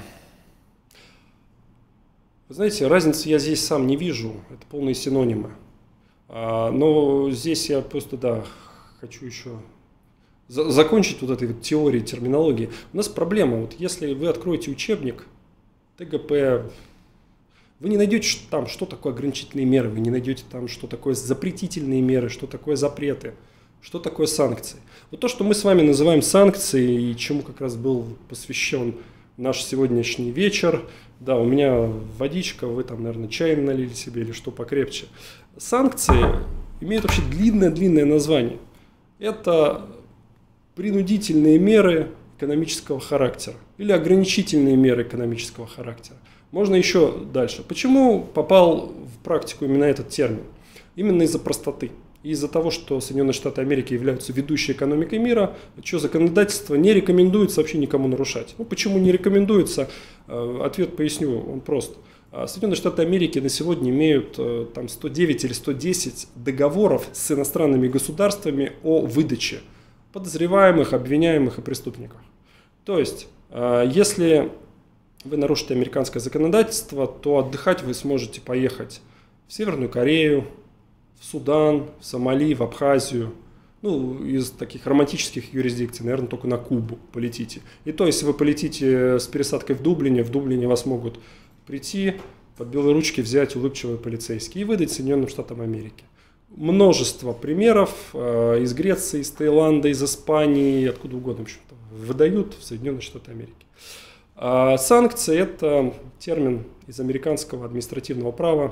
Вы знаете, разницы я здесь сам не вижу, это полные синонимы. Но здесь я просто, да, хочу еще закончить вот этой вот теорией, терминологии. У нас проблема, вот если вы откроете учебник ТГП, вы не найдете там, что такое ограничительные меры, вы не найдете там, что такое запретительные меры, что такое запреты, что такое санкции. Вот то, что мы с вами называем санкцией, и чему как раз был посвящен наш сегодняшний вечер. Да, у меня водичка, вы там, наверное, чай налили себе или что покрепче. Санкции имеют вообще длинное название. Это принудительные меры экономического характера или ограничительные меры экономического характера. Можно еще дальше. Почему попал в практику именно этот термин? Именно из-за простоты. Из-за того, что Соединенные Штаты Америки являются ведущей экономикой мира, чье законодательство не рекомендуется вообще никому нарушать. Ну, почему не рекомендуется? Ответ поясню, он прост. Соединенные Штаты Америки на сегодня имеют там 109 или 110 договоров с иностранными государствами о выдаче подозреваемых, обвиняемых и преступников. То есть, если вы нарушите американское законодательство, то отдыхать вы сможете поехать в Северную Корею, в Судан, в Сомали, в Абхазию. Ну, из таких романтических юрисдикций, наверное, только на Кубу полетите. И то, если вы полетите с пересадкой в Дублине вас могут прийти, под белые ручки взять улыбчивые полицейские и выдать Соединенным Штатам Америки. Множество примеров из Греции, из Таиланда, из Испании, откуда угодно, в общем-то, выдают в Соединенные Штаты Америки. Санкции – это термин из американского административного права.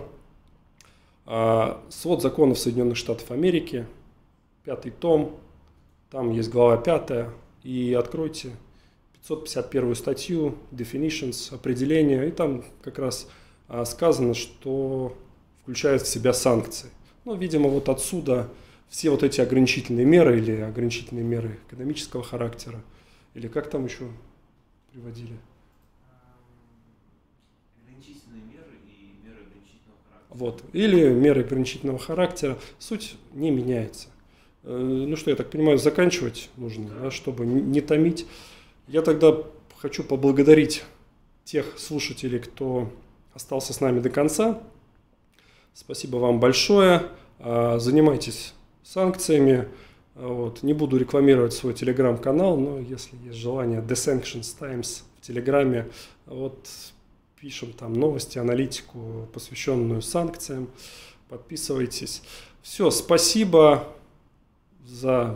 Свод законов Соединенных Штатов Америки, 5-й том, там есть глава 5, и откройте 551 статью, definitions, определения, и там как раз сказано, что включают в себя санкции. Ну, видимо, вот отсюда все вот эти ограничительные меры или ограничительные меры экономического характера, или как там еще приводили? Ограничительные меры и меры ограничительного характера. Вот. Или меры ограничительного характера. Суть не меняется. Ну что, я так понимаю, заканчивать нужно, да, чтобы не томить. Я тогда хочу поблагодарить тех слушателей, кто остался с нами до конца. Спасибо вам большое. Занимайтесь санкциями. Вот. Не буду рекламировать свой телеграм-канал, но если есть желание, The Sanctions Times в телеграме, вот, пишем там новости, аналитику, посвященную санкциям. Подписывайтесь. Все, спасибо за